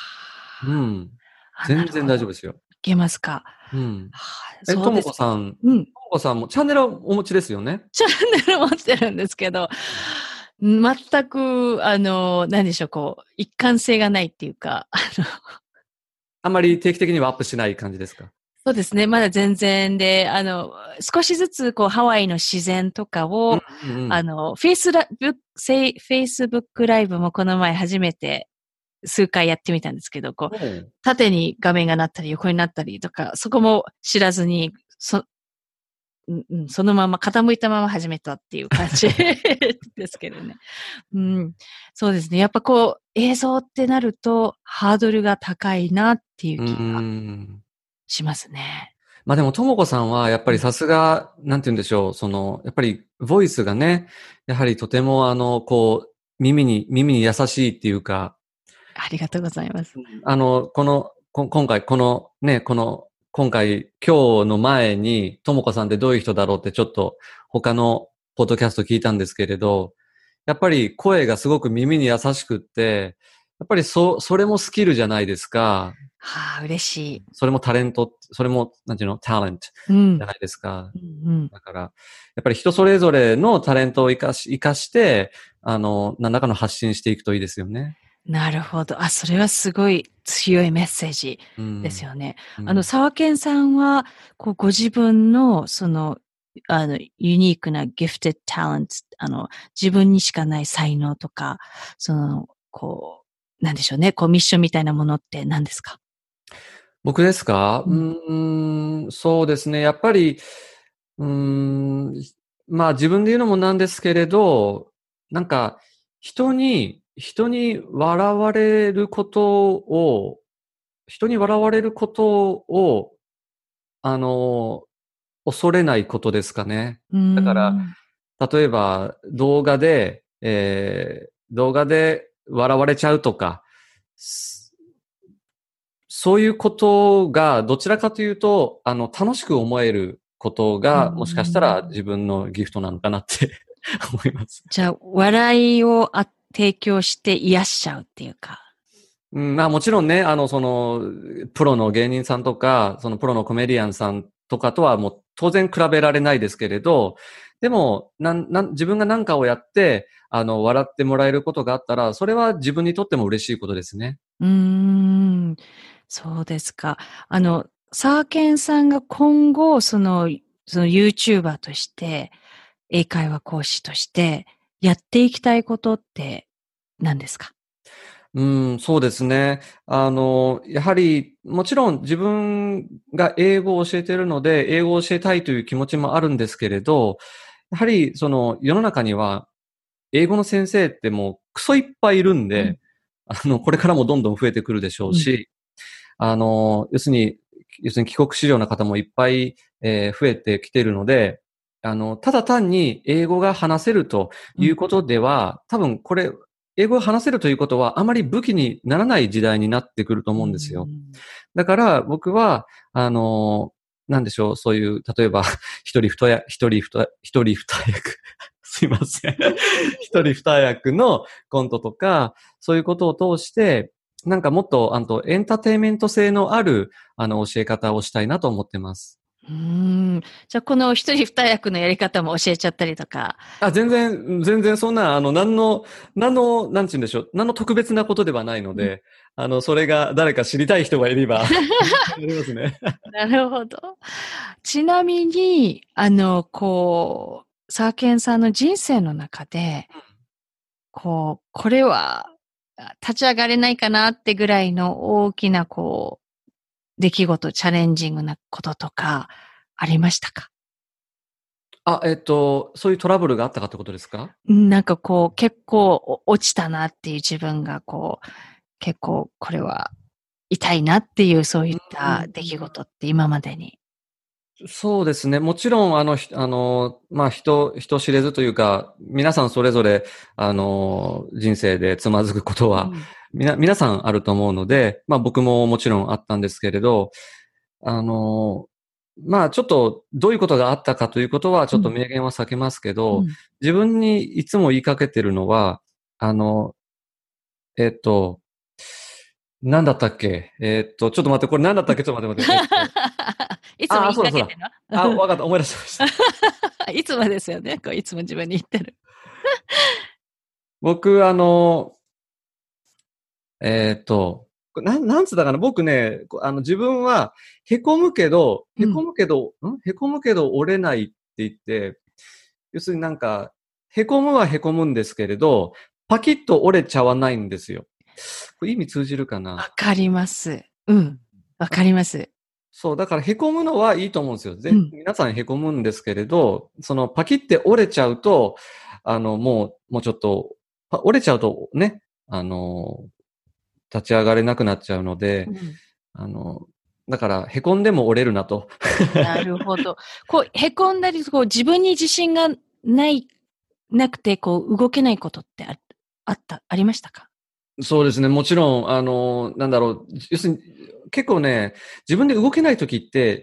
全然大丈夫ですよ。いけますか。 ともこさんもチャンネルをお持ちですよね。 チャンネル持ってるんですけど、全く、何でしょう、一貫性がないっていうか、 あんまり定期的にはアップしない感じですか？ そうですね。まだ全然で、少しずつ、ハワイの自然とかを、Facebook ライブもこの前初めて数回やってみたんですけど、縦に画面がなったり横になったりとか、そこも知らずに、そのまま傾いたまま始めたっていう感じですけどね。そうですね。やっぱ映像ってなるとハードルが高いなっていう気がしますね。 でも、ともこさんは、やっぱりさすが、なんて言うんでしょう、やっぱり、ボイスがね、やはりとても、耳に優しいっていうか。 ありがとうございます。 今回、今日の前に、ともこさんってどういう人だろうってちょっと、他のポッドキャスト聞いたんですけれど、やっぱり声がすごく耳に優しくって、やっぱりそれもスキルじゃないですか。 嬉しい。 それもタレント、それも、なんていうの、タレントじゃないですか。だから、やっぱり人それぞれのタレントを活かして、何らかの発信していくといいですよね。 なるほど。それはすごい強いメッセージですよね。沢健さんは、ご自分の、ユニークなギフテッドタレント、自分にしかない才能とか、 なんでしょうね、こうミッションみたいなものって何ですか？ 僕ですか？そうですね。やっぱり、まあ自分で言うのもなんですけれど、なんか人に笑われることを、人に笑われることを、あの、恐れないことですかね。だから、例えば動画で笑われちゃうとか、そういうことがどちらかというと、楽しく思えることが、もしかしたら自分のギフトなのかなって思います。 じゃあ、笑いを提供して癒しちゃうっていうか。 まあもちろんね、プロの芸人さんとか、そのプロのコメディアンさんとかとはもう当然比べられないですけれど、でも、自分が何かをやって、笑ってもらえることがあったら、それは自分にとっても嬉しいことですね。 そうですか。サーケンさんが今後、その YouTuber として、英会話講師として、やっていきたいことって何ですか？ そうですね。やはり、もちろん自分が英語を教えているので、英語を教えたいという気持ちもあるんですけれど、やはり、世の中には、英語の先生ってもうクソいっぱいいるんで、これからもどんどん増えてくるでしょうし、要するに帰国子女の方もいっぱい、増えてきているので、ただ単に英語が話せるということでは、多分これ、英語が話せるということはあまり武器にならない時代になってくると思うんですよ。だから僕は、なんでしょう、そういう、例えば、一人二役、すいません。一人二役のコントとか、そういうことを通して、なんかもっと、エンターテインメント性のある、教え方をしたいなと思ってます。 じゃあ、この一人二役のやり方も教えちゃったりとか。 全然そんな、なんちゅうんでしょう、何の特別なことではないので、それが誰か知りたい人がいれば、ありますね。 なるほど。ちなみに、サーケンさんの人生の中で、これは立ち上がれないかなってぐらいの大きな、出来事、チャレンジングなこととか、ありましたか？ そういうトラブルがあったかってことですか？ なんか結構落ちたなっていう自分が結構これは痛いなっていうそういった出来事って今までに。 そうですね。もちろん、まあ、人知れずというか、皆さんそれぞれ、人生でつまずくことは、皆さんあると思うので、まあ、僕ももちろんあったんですけれど、まあ、ちょっと、どういうことがあったかということは、ちょっと明言は避けますけど、自分にいつも言いかけてるのは、えっと、なんだったっけちょっと待って、これなんだったっけちょっと待って。 いつも言いかけてるの？ わかった、思い出しました。 いつもですよね。いつも自分に言ってる。 僕、なんつったかな、僕ね、自分は、へこむけど折れないって言って、要するになんか、へこむはへこむんですけれど、パキッと折れちゃわないんですよ。これ意味通じるかな？ わかります。わかります。 そう、だからへこむのはいいと思うんですよ。皆さんへこむんですけれど、そのパキって折れちゃうと、もうちょっと、折れちゃうとね、立ち上がれなくなっちゃうので、だからへこんでも折れるなと。 なるほど。へこんだり、自分に自信がなくて、動けないことってありましたか？ そうですね。もちろん、なんだろう。要するに、結構ね、自分で動けないときって、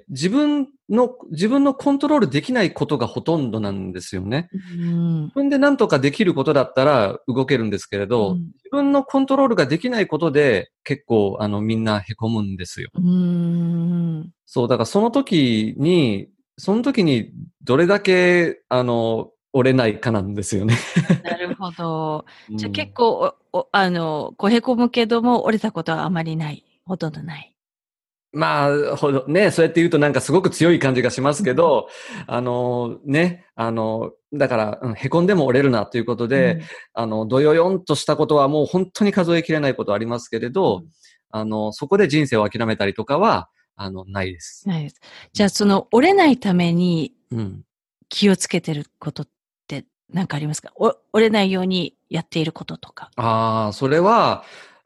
自分のコントロールできないことがほとんどなんですよね。自分で何とかできることだったら動けるんですけれど、自分のコントロールができないことで、結構、みんな凹むんですよ。そう、だからその時に、どれだけ、折れないかなんですよね。 なるほど。じゃあ結構、へこむけども折れたことはあまりない。ほとんどない。 まあ、ね、そうやって言うとなんかすごく強い感じがしますけど、ね、だから、凹んでも折れるなということで、どよよんとしたことはもう本当に数えきれないことはありますけれど、そこで人生を諦めたりとかは、ないです。 ないです。じゃあ、その折れないために気をつけてることって何かありますか？折れないようにやっていることとか。 それは、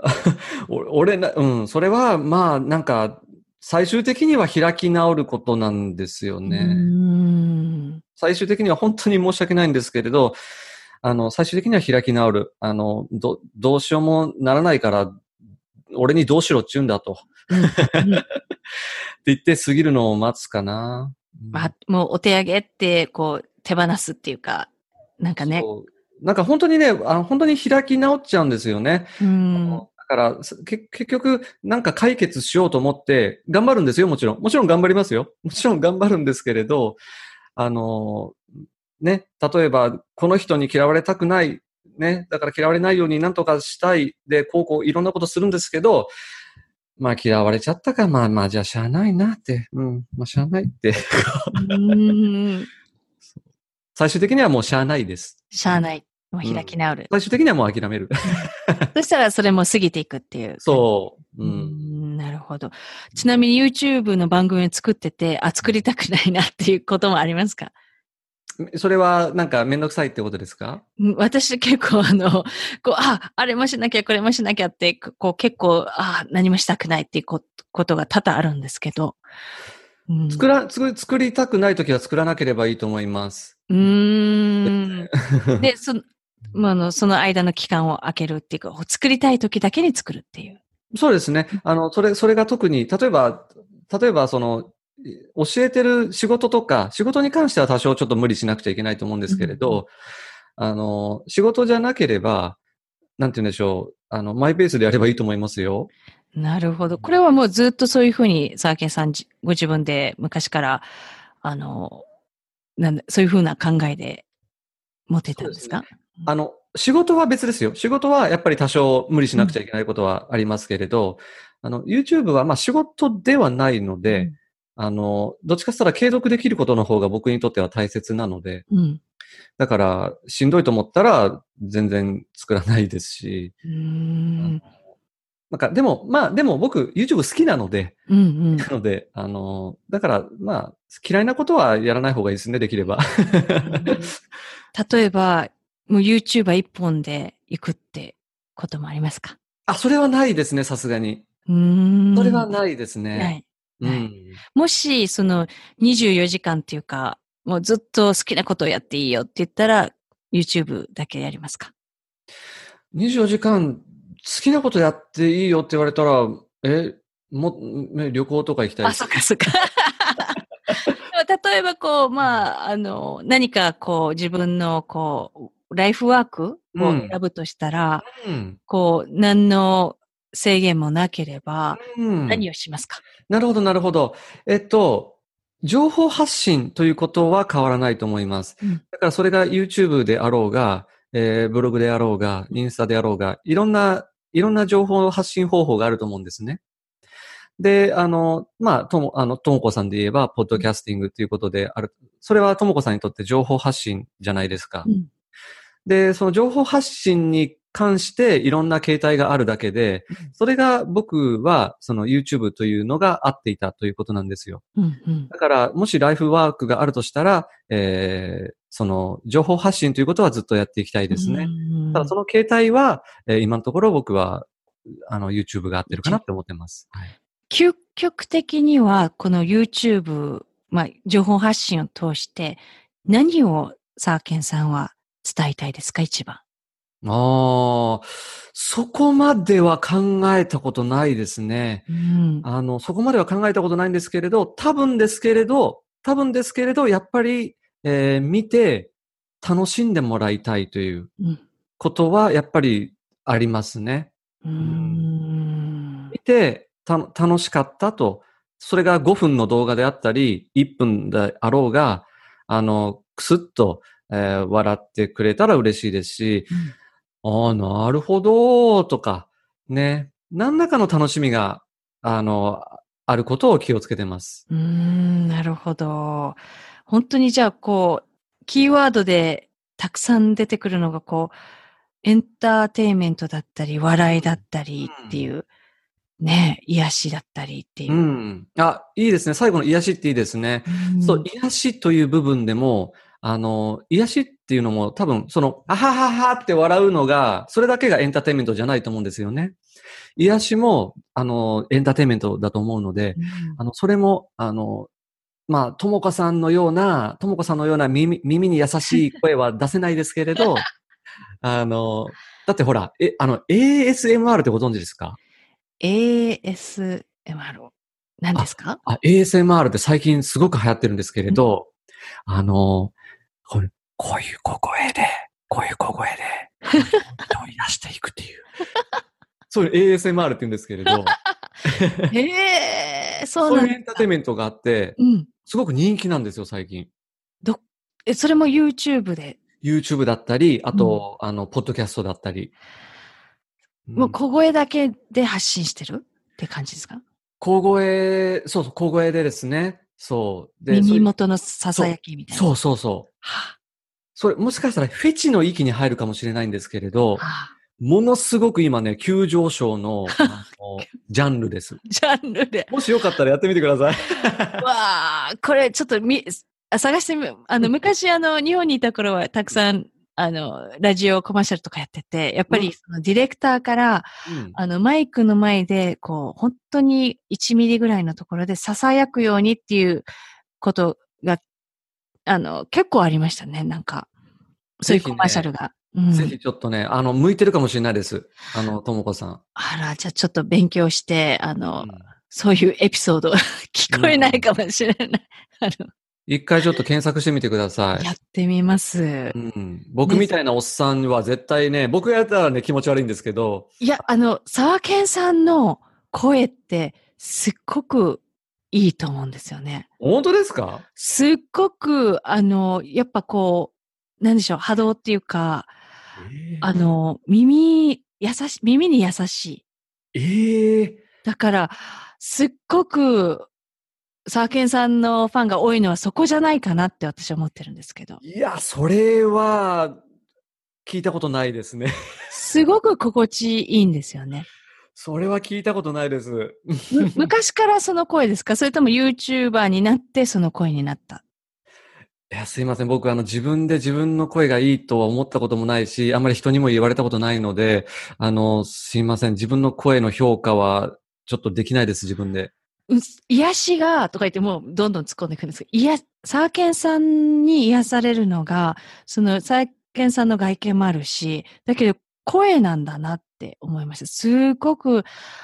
それは、まあ、なんか、最終的には開き直ることなんですよね。最終的には本当に申し訳ないんですけれど、最終的には開き直る。どうしようもならないから、俺にどうしろって言うんだと。って言って過ぎるのを待つかな。 もうお手上げって、こう、手放すっていうか、なんかね。 なんか本当にね、本当に開き直っちゃうんですよね。だから、結局、なんか解決しようと思って、頑張るんですよ、もちろん。もちろん頑張りますよ。もちろん頑張るんですけれど、ね、例えば、この人に嫌われたくない、ね、だから嫌われないようになんとかしたい、で、こういろんなことするんですけど、まあ嫌われちゃったか、まあじゃあしゃあないなって、まあしゃあないって。最終的にはもうしゃあないです。 しゃあない。もう開き直る。 最終的にはもう諦める。 そしたらそれも過ぎていくっていう。 そう。 なるほど。ちなみに YouTube の番組を作ってて、作りたくないなっていうこともありますか？ それはなんかめんどくさいってことですか？ 私結構あれもしなきゃこれもしなきゃって、結構、何もしたくないっていうことが多々あるんですけど。 作りたくないときは作らなければいいと思います。 で、その間の期間を空けるっていうか、作りたいときだけに作るっていう。 そうですね。それが特に、例えば教えてる仕事とか、仕事に関しては多少ちょっと無理しなくちゃいけないと思うんですけれど、仕事じゃなければ、なんて言うんでしょう、マイペースでやればいいと思いますよ。 なるほど。これはもうずっとそういうふうに、サーケンさんご自分で昔から、そういうふうな考えで持ってたんですか？ 仕事は別ですよ。仕事はやっぱり多少無理しなくちゃいけないことはありますけれど、YouTube はまあ仕事ではないので、どっちかって言ったら継続できることの方が僕にとっては大切なので、だから、しんどいと思ったら全然作らないですし、なんか、でも僕、YouTube 好きなので、だから、まあ、嫌いなことはやらない方がいいですね、できれば。 例えば、もう YouTuber 一本で行くってこともありますか？ それはないですね、さすがに。それはないですね。 ない。もし、その24時間っていうか、もうずっと好きなことをやっていいよって言ったら、YouTube だけやりますか ？24時間好きなことやっていいよって言われたら、旅行とか行きたい。 そっかそっか。例えば何か自分のライフワークを選ぶとしたら、何の制限もなければ、何をしますか？ なるほど、なるほど。情報発信ということは変わらないと思います。だからそれが YouTube であろうが、ブログであろうが、インスタであろうが、いろんな情報発信方法があると思うんですね。で、まあ、ともこさんで言えば、ポッドキャスティングということである。それはともこさんにとって情報発信じゃないですか。で、その情報発信に関していろんな形態があるだけで、それが僕はその YouTube というのが合っていたということなんですよ。だから、もしライフワークがあるとしたら、その情報発信ということはずっとやっていきたいですね。ただその形態は、今のところ僕はYouTube が合ってるかなって思ってます。 究極的には、この YouTube、情報発信を通して、何をサーケンさんは伝えたいですか、一番。 そこまでは考えたことないですね。そこまでは考えたことないんですけれど、多分ですけれど、やっぱり、見て楽しんでもらいたいということはやっぱりありますね。見て楽しかったと、それが5分の動画であったり、1分であろうが、くすっと、笑ってくれたら嬉しいですし、なるほど、とか、ね。何らかの楽しみが、 あることを気をつけてます。 なるほど。本当にじゃあ、キーワードでたくさん出てくるのが、エンターテインメントだったり、笑いだったりっていう、ね、癒しだったりっていう。 いいですね。最後の癒しっていいですね。そう、癒しという部分でも、癒しっていうのも多分、あはははって笑うのが、それだけがエンターテインメントじゃないと思うんですよね。癒しも、エンターテインメントだと思うので、それも、ともこさんのような耳に優しい声は出せないですけれど、だってほら、ASMR ってご存知ですか？ ASMR。何ですか？ ASMR って最近すごく流行ってるんですけれど、こういう小声で、人を癒していくっていう。そういう ASMR って言うんですけれど。そういうエンターテインメントがあって、すごく人気なんですよ、最近。 それも YouTube で？ YouTube だったり、あと、ポッドキャストだったり。 もう小声だけで発信してるって感じですか？ 小声でですね。そう。 で、耳元の囁きみたいな。 そう。それ、もしかしたらフェチの域に入るかもしれないんですけれど、ものすごく今ね、急上昇の、ジャンルです。 ジャンルで。 もしよかったらやってみてください。 わー、これちょっと探してみ、昔日本にいた頃はたくさん、ラジオコマーシャルとかやってて、やっぱりそのディレクターから、マイクの前で、本当に1ミリぐらいのところで囁くようにっていうことが、結構ありましたね、なんか。そういうコマーシャルが。 ぜひちょっとね、向いてるかもしれないです。ともこさん。 あら、じゃあちょっと勉強して、そういうエピソード聞こえないかもしれない。 一回ちょっと検索してみてください。 やってみます。 僕みたいなおっさんは絶対ね、僕がやったらね、気持ち悪いんですけど。 いや、沢健さんの声ってすっごくいいと思うんですよね。 本当ですか？ すっごく、やっぱなんでしょう、波動っていうか、耳に優しい。だから、すっごく、沢健さんのファンが多いのはそこじゃないかなって私は思ってるんですけど。 いや、それは、聞いたことないですね。 すごく心地いいんですよね。 それは聞いたことないです。 昔からその声ですか？それとも YouTuber になってその声になった？ いや、すいません。僕、自分で自分の声がいいとは思ったこともないし、あんまり人にも言われたことないので、すいません。自分の声の評価は、ちょっとできないです、自分で。 癒しが、とか言ってもうどんどん突っ込んでいくんですけど、沢健さんに癒されるのが、沢健さんの外見もあるし、だけど声なんだなって思いました。すごく、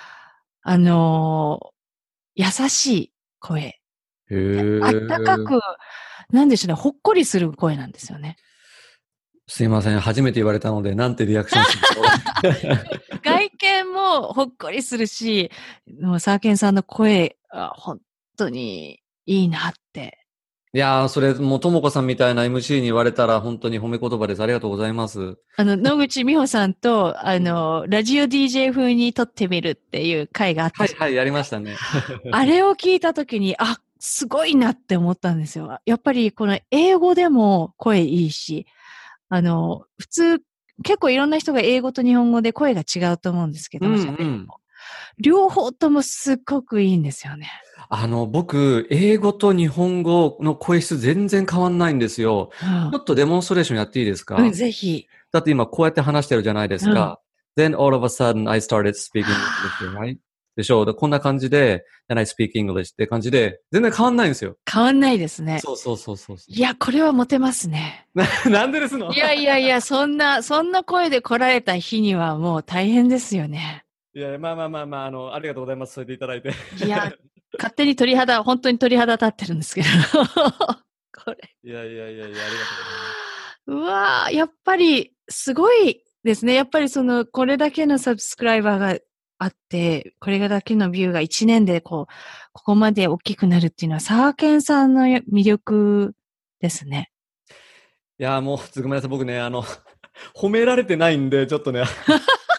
優しい声。あったかく、なんでしょうね、ほっこりする声なんですよね。 すいません。初めて言われたので、なんてリアクションするの外見もほっこりするし、沢健さんの声は本当にいいなって。 いやー、それ、もう、ともこさんみたいな MC に言われたら、本当に褒め言葉です。ありがとうございます。 野口美穂さんと、ラジオ DJ 風に撮ってみるっていう回があった。 はい、やりましたね。 あれを聞いたときに、すごいなって思ったんですよ。やっぱり、この英語でも声いいし、普通、結構いろんな人が英語と日本語で声が違うと思うんですけど、両方ともすっごくいいんですよね。 僕、英語と日本語の声質全然変わんないんですよ。ちょっとデモンストレーションやっていいですか？ ぜひ。 だって今こうやって話してるじゃないですか。Then all of a sudden I started speaking English, right? でしょう。こんな感じで、then I speak English って感じで、全然変わんないんですよ。 変わんないですね。 そう。 いや、これはモテますね。 なんでですの？ いや、そんな声で来られた日にはもう大変ですよね。 いや、まあ、ありがとうございます。そう言っていただいて。 いや、勝手に本当に鳥肌立ってるんですけど。これ。 いや、ありがとうございます。 うわー、やっぱり、すごいですね。やっぱりこれだけのサブスクライバーがあって、これだけのビューが1年でここまで大きくなるっていうのは、沢健さんの魅力ですね。 いや、もう、ごめんなさい。僕ね、褒められてないんで、ちょっとね、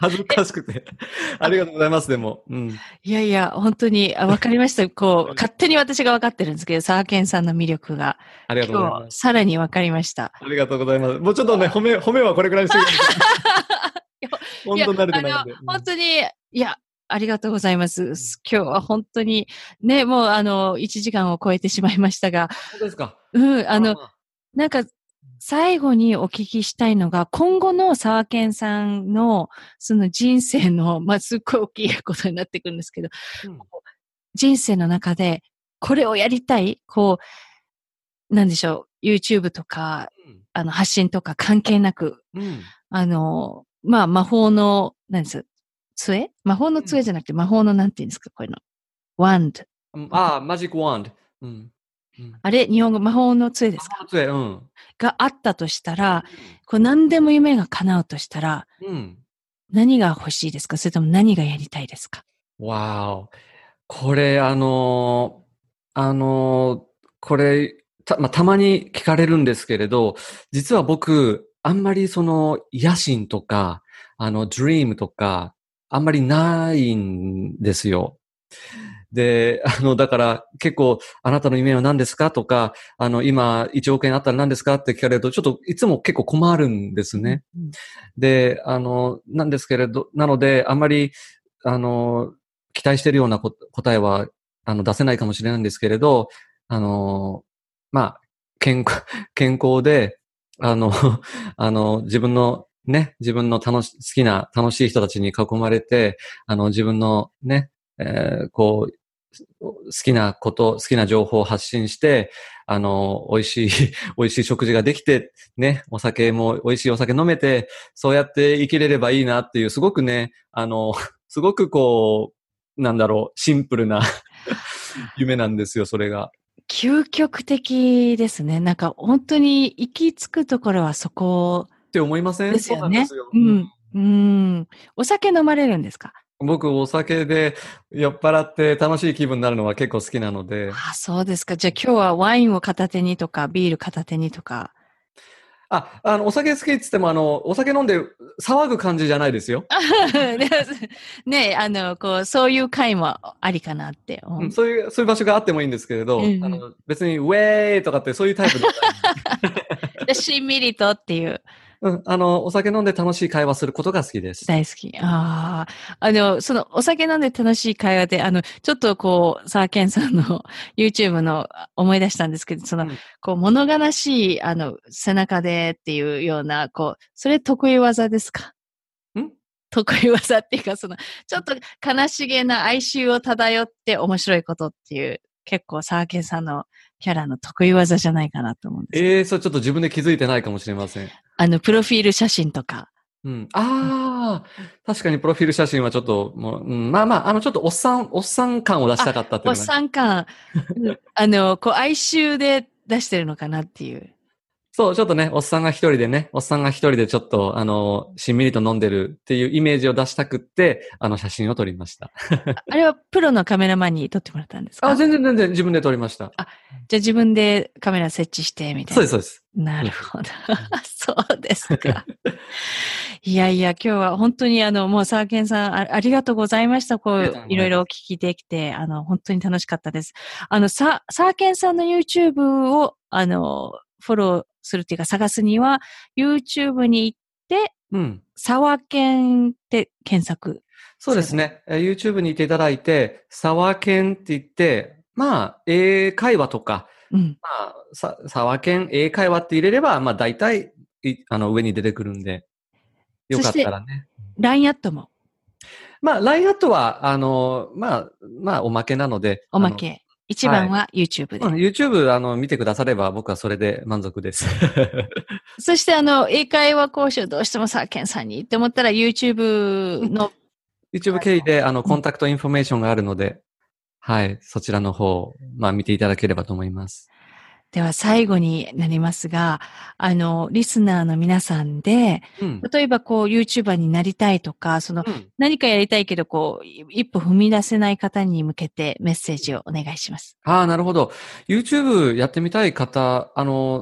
恥ずかしくて。ありがとうございます、でも。うん。 いやいや、本当に、わかりました。勝手に私がわかってるんですけど、サーケンさんの魅力が。 ありがとうございます。 今日、さらにわかりました。 ありがとうございます。もうちょっとね、褒めはこれくらいにしてください。本当慣れてないんで。 本当に、いや、ありがとうございます。今日は本当に、ね、もう1時間を超えてしまいましたが。 本当ですか？ なんか、最後にお聞きしたいのが、今後の沢健さんの、その人生の、すっごい大きいことになっていくんですけど、人生の中で、これをやりたい、なんでしょう、YouTube とか、発信とか関係なく、魔法の、何です、杖？魔法の杖じゃなくて、魔法のなんて言うんですか、こういうの。wand。 マジックワンド。 あれ、日本語、魔法の杖ですか？ 魔法の杖、 があったとしたら、何でも夢が叶うとしたら、何が欲しいですか？それとも何がやりたいですか？ わー。これ、これ、たまに聞かれるんですけれど、実は僕、あんまり野心とか、dream とか、あんまりないんですよ。で、だから結構、あなたの夢は何ですかとか、今1億円あったら何ですかって聞かれると、ちょっといつも結構困るんですね。で、なんですけれど、なので、あんまり、期待しているような答えは、出せないかもしれないんですけれど、健康で、自分の好きな楽しい人たちに囲まれて、自分のね、好きなこと、好きな情報を発信して、美味しい食事ができて、ね、美味しいお酒飲めて、そうやって生きれればいいなっていう、すごくね、すごくシンプルな夢なんですよ、それが。 究極的ですね。なんか本当に行き着くところはそこって思いません？ ですよね。 そうなんですよ。 お酒飲まれるんですか？ 僕、お酒で酔っ払って楽しい気分になるのは結構好きなので。 そうですか。じゃあ今日はワインを片手にとか、ビール片手にとか。 お酒好きって言っても、お酒飲んで騒ぐ感じじゃないですよ。 ね、そういう会もありかなって。 そういう場所があってもいいんですけれど、別にウェーイとかってそういうタイプではない。 しんみりとっていう。 お酒飲んで楽しい会話することが好きです。 大好き。そのお酒飲んで楽しい会話で、ちょっとサーケンさんの YouTube の思い出したんですけど、物悲しい、背中でっていうような、それ得意技ですか？得意技っていうか、ちょっと悲しげな哀愁を漂って面白いことっていう、結構サーケンさんのキャラの得意技じゃないかなと思うんです。 それちょっと自分で気づいてないかもしれません。 プロフィール写真とか。 確かにプロフィール写真はちょっと、ちょっとおっさん感を出したかったっていうのが。 おっさん感、哀愁で出してるのかなっていう。 そう、ちょっとね、おっさんが一人でちょっと、しんみりと飲んでるっていうイメージを出したくって、写真を撮りました。 あれはプロのカメラマンに撮ってもらったんですか？ 全然自分で撮りました。 じゃあ自分でカメラ設置してみたいな。 そうです。 なるほど。そうですか。いやいや、今日は本当にもうサーケンさんありがとうございました。いろいろお聞きできて、本当に楽しかったです。サーケンさんの YouTube を、フォローするっていうか探すには、YouTube に行って、サワケンって検索。 そうですね。YouTube に行っていただいて、サワケンって言って、英会話とか、サワケン英会話って入れれば、大体、上に出てくるんで、よかったらね。 LINE アットも。 LINE アットは、おまけなので。 おまけ。一番は YouTube で。 YouTube 見てくだされば僕はそれで満足です。 そして英会話講師をどうしてもサーケンさんにって思ったら YouTube の。 YouTube 経由でコンタクトインフォメーションがあるので、はい、そちらの方、見ていただければと思います。 では最後になりますが、リスナーの皆さんで、例えばYouTuber になりたいとか、何かやりたいけど一歩踏み出せない方に向けてメッセージをお願いします。 なるほど。YouTube やってみたい方、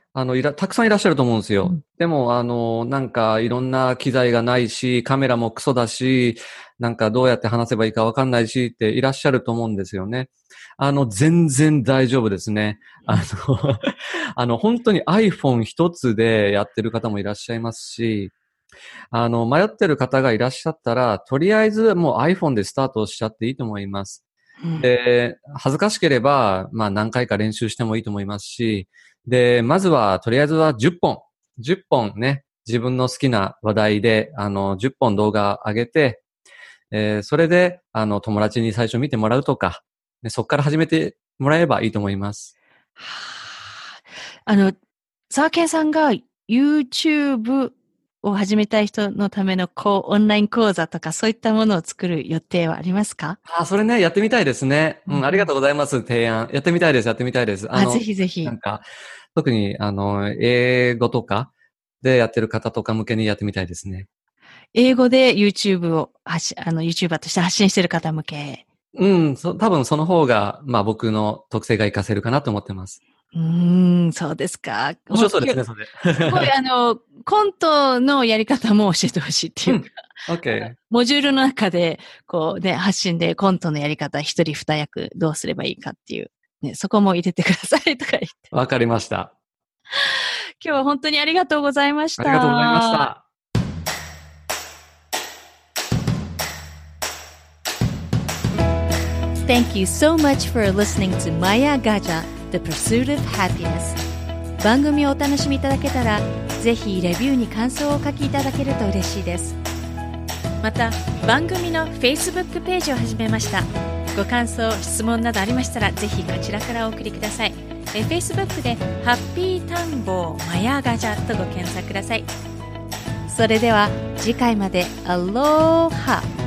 たくさんいらっしゃると思うんですよ。でも、なんかいろんな機材がないし、カメラもクソだし、なんかどうやって話せばいいかわかんないしっていらっしゃると思うんですよね。全然大丈夫ですね。本当に iPhone 一つでやってる方もいらっしゃいますし、迷ってる方がいらっしゃったら、とりあえずもう iPhone でスタートしちゃっていいと思います。で、恥ずかしければ、まあ何回か練習してもいいと思いますし、で、まずは、とりあえずは10本ね、自分の好きな話題で、10本動画上げて、それで、友達に最初見てもらうとか、そこから始めてもらえばいいと思います。 ザーケンさんが YouTube を始めたい人のためのオンライン講座とかそういったものを作る予定はありますか？ それね、やってみたいですね。ありがとうございます、提案。やってみたいです。 ぜひぜひ。 なんか、特に、英語とかでやってる方とか向けにやってみたいですね。 英語で YouTube をYouTuber として発信してる方向け。 多分その方が、まあ僕の特性が活かせるかなと思ってます。 そうですか。 面白そうですね、それ。 すごい、コントのやり方も教えてほしいっていうか。 OK。 モジュールの中で、こうね、発信でコントのやり方、一人二役どうすればいいかっていう。ね、そこも入れてくださいとか言って。 わかりました。 今日は本当にありがとうございました。 ありがとうございました。 Thank you so much for listening to Maya Gaja, The Pursuit of Happiness. 番組をお楽しみいただけたら、ぜひレビューに感想をお書きいただけると嬉しいです。また、番組の Facebook ページを始めました。ご感想、質問などありましたら、ぜひこちらからお送りください。Facebook でハッピータンボーマヤガジャとご検索ください。それでは次回までアローハ。